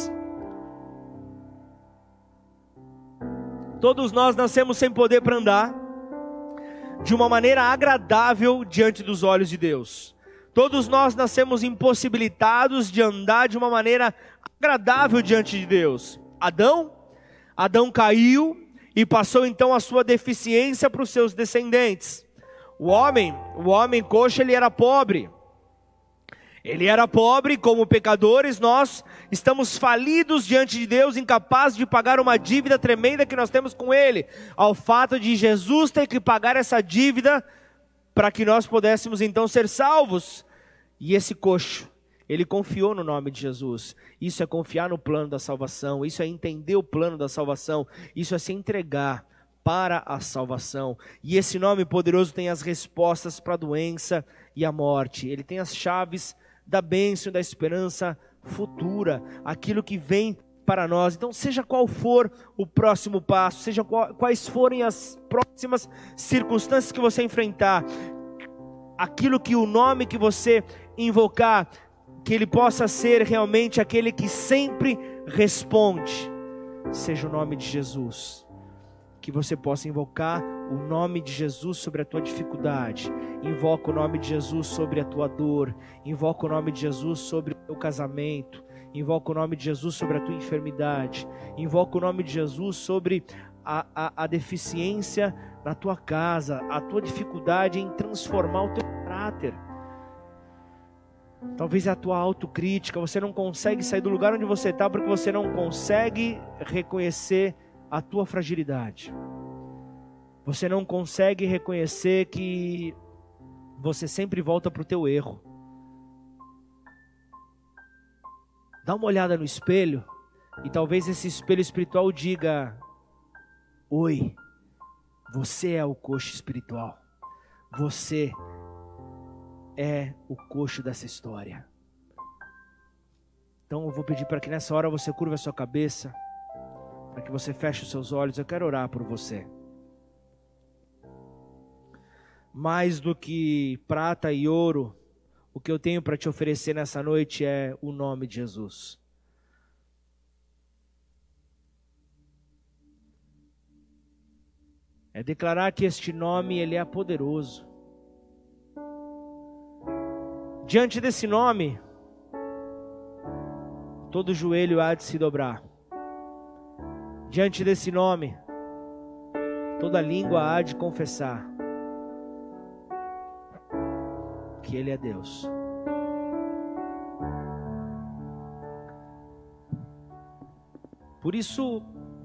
nós nascemos sem poder para andar de uma maneira agradável diante dos olhos de Deus. Todos nós nascemos impossibilitados de andar de uma maneira agradável diante de Deus. Adão caiu e passou então a sua deficiência para os seus descendentes. O homem coxo, ele era pobre. Ele era pobre, como pecadores, nós estamos falidos diante de Deus, incapazes de pagar uma dívida tremenda que nós temos com Ele, ao fato de Jesus ter que pagar essa dívida, para que nós pudéssemos então ser salvos. E esse coxo, Ele confiou no nome de Jesus. Isso é confiar no plano da salvação. Isso é entender o plano da salvação. Isso é se entregar para a salvação. E esse nome poderoso tem as respostas para a doença e a morte. Ele tem as chaves da bênção e da esperança futura. Aquilo que vem para nós. Então, seja qual for o próximo passo, seja quais forem as próximas circunstâncias que você enfrentar, aquilo que o nome que você invocar, que ele possa ser realmente aquele que sempre responde, seja o nome de Jesus. Que você possa invocar o nome de Jesus sobre a tua dificuldade, invoca o nome de Jesus sobre a tua dor, invoca o nome de Jesus sobre o teu casamento, invoca o nome de Jesus sobre a tua enfermidade, invoca o nome de Jesus sobre a deficiência na tua casa, a tua dificuldade em transformar o teu caráter. Talvez é a tua autocrítica, você não consegue sair do lugar onde você está porque você não consegue reconhecer a tua fragilidade. Você não consegue reconhecer que você sempre volta para o teu erro. Dá uma olhada no espelho e talvez esse espelho espiritual diga: oi, você é o coxo espiritual. Você é o coxo dessa história. Então eu vou pedir para que nessa hora você curva a sua cabeça, para que você feche os seus olhos. Eu quero orar por você. Mais do que prata e ouro, o que eu tenho para te oferecer nessa noite é o nome de Jesus. É declarar que este nome, ele é poderoso. Diante desse nome, todo joelho há de se dobrar. Diante desse nome, toda língua há de confessar que Ele é Deus. Por isso,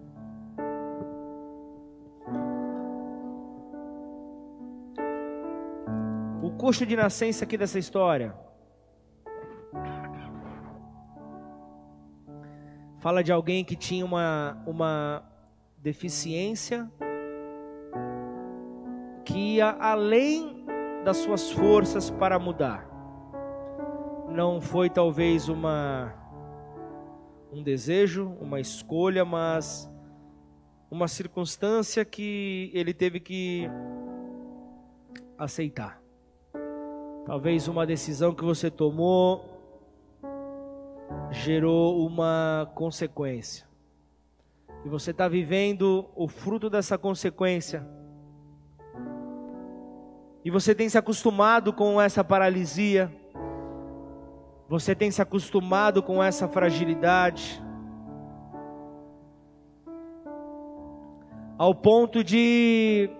o coxo de nascença aqui dessa história fala de alguém que tinha uma deficiência que ia além das suas forças para mudar. Não foi talvez um desejo, uma escolha, mas uma circunstância que ele teve que aceitar. Talvez uma decisão que você tomou gerou uma consequência. E você está vivendo o fruto dessa consequência. E você tem se acostumado com essa paralisia. Você tem se acostumado com essa fragilidade. Ao ponto de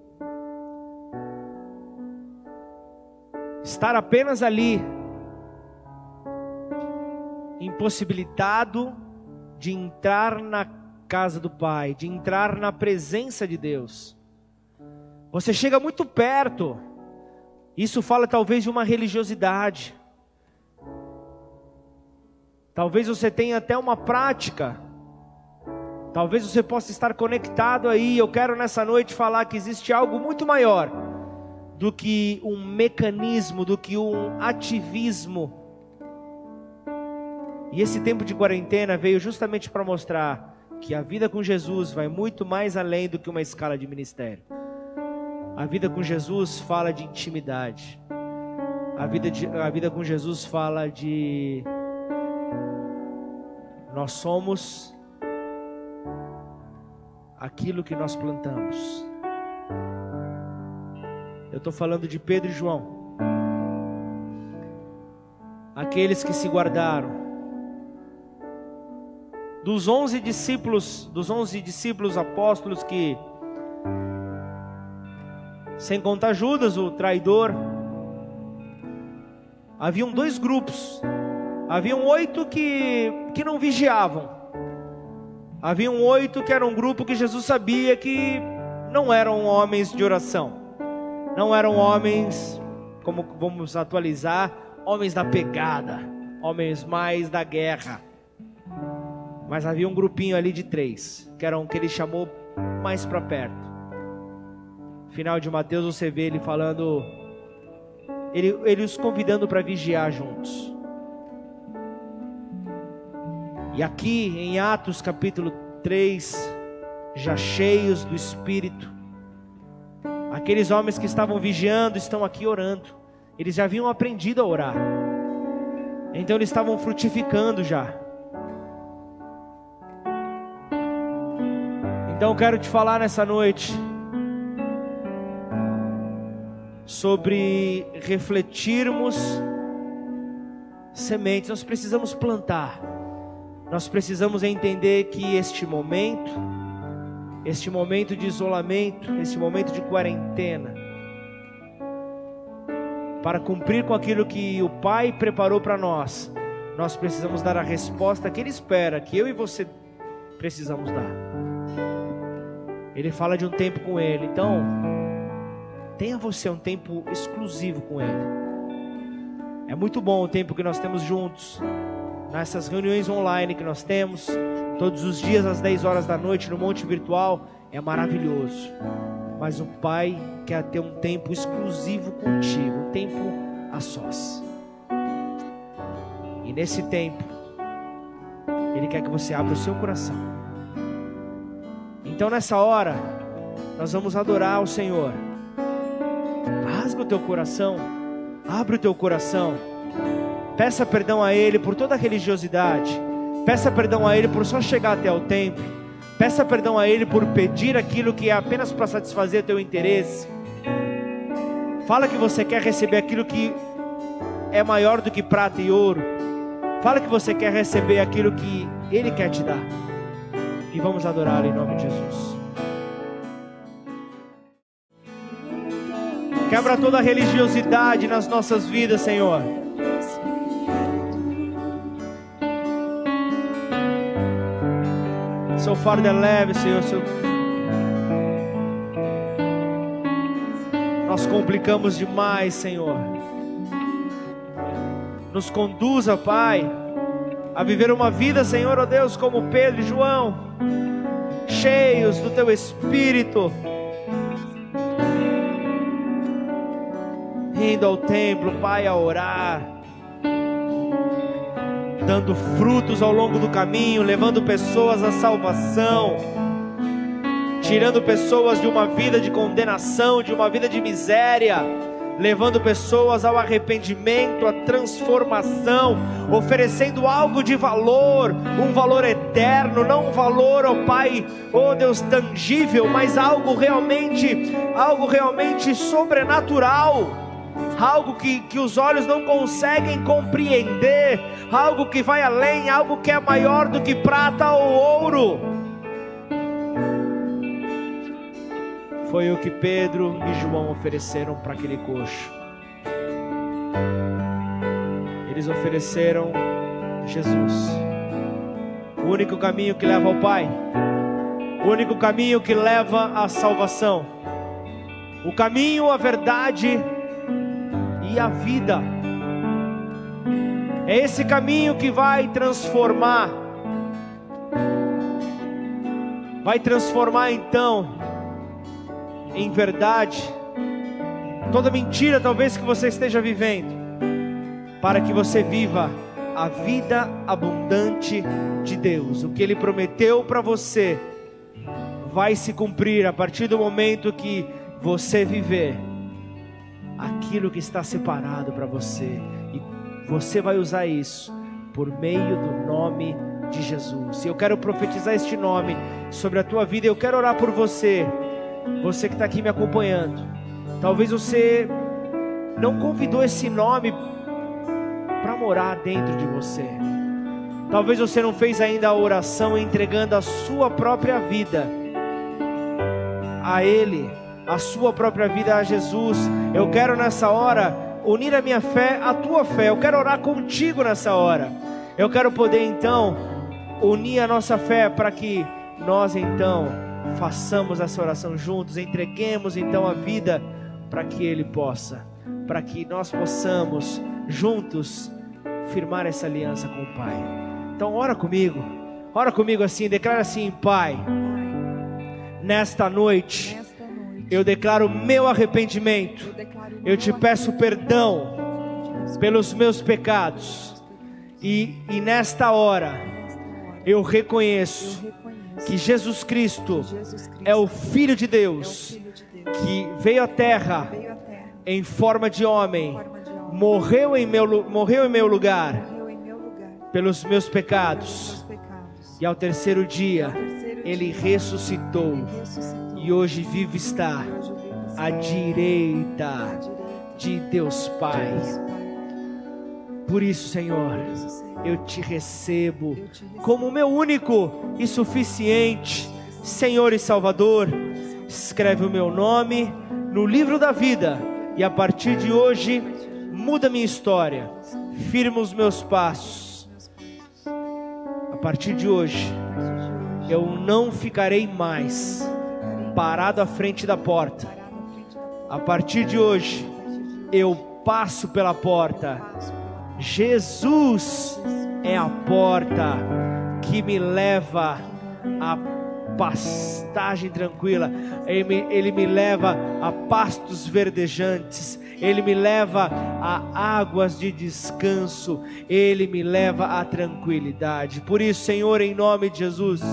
estar apenas ali, impossibilitado de entrar na casa do Pai, de entrar na presença de Deus. Você chega muito perto. Isso fala talvez de uma religiosidade. Talvez você tenha até uma prática. Talvez você possa estar conectado aí. Eu quero nessa noite falar que existe algo muito maior do que um mecanismo, do que um ativismo. E esse tempo de quarentena veio justamente para mostrar que a vida com Jesus vai muito mais além do que uma escala de ministério. A vida com Jesus fala de intimidade. A vida com Jesus fala de nós somos aquilo que nós plantamos. Eu estou falando de Pedro e João, aqueles que se guardaram. Dos 11 discípulos apóstolos que, sem contar Judas, o traidor, haviam 2 grupos. Haviam 8 que não vigiavam. Haviam 8 que eram um grupo que Jesus sabia que não eram homens de oração. Não eram homens, como vamos atualizar, homens da pegada. homens mais da guerra. Mas havia um grupinho ali de 3, que eram que ele chamou mais para perto. No final de Mateus você vê ele falando, ele os convidando para vigiar juntos. E aqui em Atos capítulo 3, já cheios do Espírito, aqueles homens que estavam vigiando estão aqui orando. Eles já haviam aprendido a orar, então eles estavam frutificando já. Então eu quero te falar nessa noite sobre refletirmos sementes. Nós precisamos plantar, nós precisamos entender que este momento de isolamento, este momento de quarentena, para cumprir com aquilo que o Pai preparou para nós, nós precisamos dar a resposta que Ele espera, que eu e você precisamos dar. Ele fala de um tempo com Ele, então tenha você um tempo exclusivo com Ele. É muito bom o tempo que nós temos juntos, nessas reuniões online que nós temos, todos os dias às 10 horas da noite no Monte Virtual, é maravilhoso. Mas o Pai quer ter um tempo exclusivo contigo, um tempo a sós. E nesse tempo, Ele quer que você abra o seu coração. Então nessa hora, nós vamos adorar o Senhor. Rasga o teu coração, abre o teu coração, peça perdão a Ele por toda a religiosidade, peça perdão a Ele por só chegar até o templo, peça perdão a Ele por pedir aquilo que é apenas para satisfazer teu interesse. Fala que você quer receber aquilo que é maior do que prata e ouro. Fala que você quer receber aquilo que Ele quer te dar. E vamos adorar em nome de Jesus. Quebra toda a religiosidade nas nossas vidas, Senhor. Seu fardo é leve, Senhor. Nós complicamos demais, Senhor. Nos conduza, Pai, a viver uma vida, Senhor, ó Deus, como Pedro e João, cheios do Teu Espírito, indo ao templo, Pai, a orar, dando frutos ao longo do caminho, levando pessoas à salvação, tirando pessoas de uma vida de condenação, de uma vida de miséria, levando pessoas ao arrependimento, à transformação, oferecendo algo de valor, um valor eterno, não um valor, ó Pai, ó Deus, tangível, mas algo realmente sobrenatural, algo que os olhos não conseguem compreender, algo que vai além, algo que é maior do que prata ou ouro. Foi o que Pedro e João ofereceram para aquele coxo. Eles ofereceram Jesus, o único caminho que leva ao Pai, o único caminho que leva à salvação, o caminho, a verdade e a vida. É esse caminho que vai transformar então em verdade toda mentira talvez que você esteja vivendo, para que você viva a vida abundante de Deus. O que Ele prometeu para você vai se cumprir a partir do momento que você viver aquilo que está separado para você, e você vai usar isso por meio do nome de Jesus. E eu quero profetizar este nome sobre a tua vida. Eu quero orar por você, você que está aqui me acompanhando. Talvez você não convidou esse nome para morar dentro de você. Talvez você não fez ainda a oração entregando a sua própria vida a Ele, a sua própria vida a Jesus. Eu quero nessa hora unir a minha fé à tua fé. Eu quero orar contigo nessa hora. Eu quero poder então unir a nossa fé para que nós então façamos essa oração juntos, entreguemos então a vida para que Ele possa, para que nós possamos juntos firmar essa aliança com o Pai. Então ora comigo assim, declara assim: Pai, nesta noite eu declaro meu arrependimento, eu te peço perdão pelos meus pecados, e nesta hora eu reconheço que Jesus Cristo é o Filho de Deus, que veio à terra em forma de homem, morreu em meu lugar pelos meus pecados, e ao terceiro dia Ele ressuscitou, e hoje vivo está à direita de Deus Pai. Por isso, Senhor, eu te recebo como meu único e suficiente Senhor e Salvador. Escreve o meu nome no livro da vida, e a partir de hoje muda minha história, firma os meus passos. A partir de hoje eu não ficarei mais parado à frente da porta. A partir de hoje eu passo pela porta. Jesus é a porta que me leva à pastagem tranquila. Ele me leva a pastos verdejantes. Ele me leva a águas de descanso. Ele me leva à tranquilidade. Por isso, Senhor, em nome de Jesus,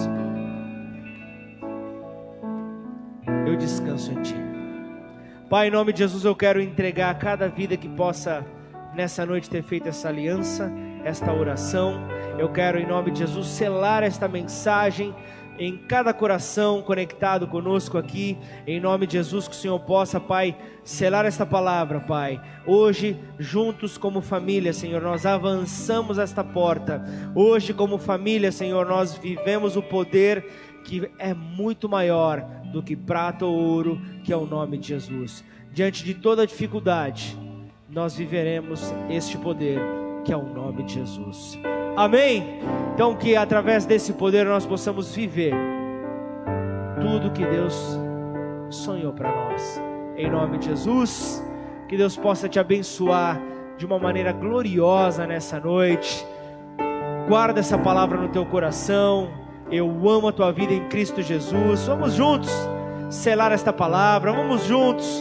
eu descanso em Ti. Pai, em nome de Jesus, eu quero entregar a cada vida que possa nessa noite ter feito essa aliança, esta oração. Eu quero, em nome de Jesus, selar esta mensagem em cada coração conectado conosco aqui, em nome de Jesus, que o Senhor possa, Pai, selar esta palavra, Pai. Hoje, juntos como família, Senhor, nós avançamos esta porta. Hoje, como família, Senhor, nós vivemos o poder que é muito maior do que prata ou ouro, que é o nome de Jesus. Diante de toda dificuldade, nós viveremos este poder, que é o nome de Jesus. Amém? Então que através desse poder nós possamos viver tudo que Deus sonhou para nós. Em nome de Jesus, que Deus possa te abençoar de uma maneira gloriosa nessa noite. Guarda essa palavra no teu coração. Eu amo a tua vida em Cristo Jesus. Vamos juntos selar esta palavra. Vamos juntos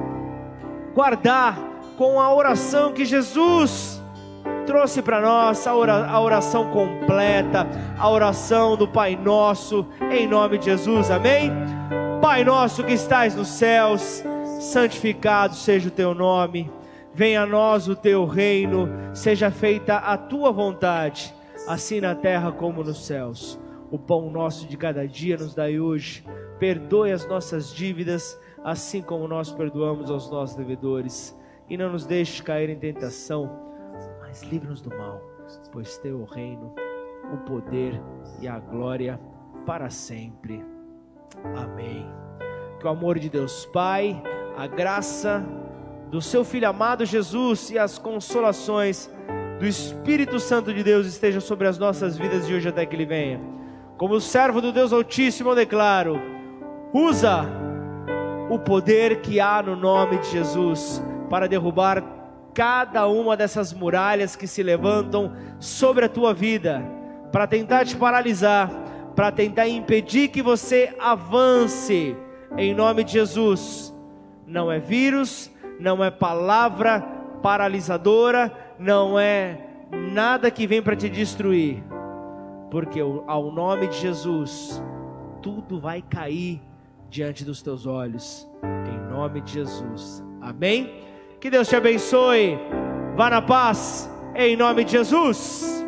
guardar com a oração que Jesus trouxe para nós, a oração completa, a oração do Pai Nosso, em nome de Jesus, amém? Pai nosso que estais nos céus, santificado seja o teu nome, venha a nós o teu reino, seja feita a tua vontade, assim na terra como nos céus. O pão nosso de cada dia nos dai hoje, perdoe as nossas dívidas, assim como nós perdoamos aos nossos devedores, e não nos deixe cair em tentação, mas livra-nos do mal, pois teu o reino, o poder e a glória para sempre. Amém. Que o amor de Deus Pai, a graça do seu Filho amado Jesus e as consolações do Espírito Santo de Deus estejam sobre as nossas vidas de hoje até que Ele venha. Como servo do Deus Altíssimo eu declaro, usa o poder que há no nome de Jesus para derrubar cada uma dessas muralhas que se levantam sobre a tua vida, para tentar te paralisar, para tentar impedir que você avance, em nome de Jesus. Não é vírus, não é palavra paralisadora, não é nada que vem para te destruir, porque ao nome de Jesus, tudo vai cair diante dos teus olhos, em nome de Jesus, amém? Que Deus te abençoe, vá na paz, em nome de Jesus.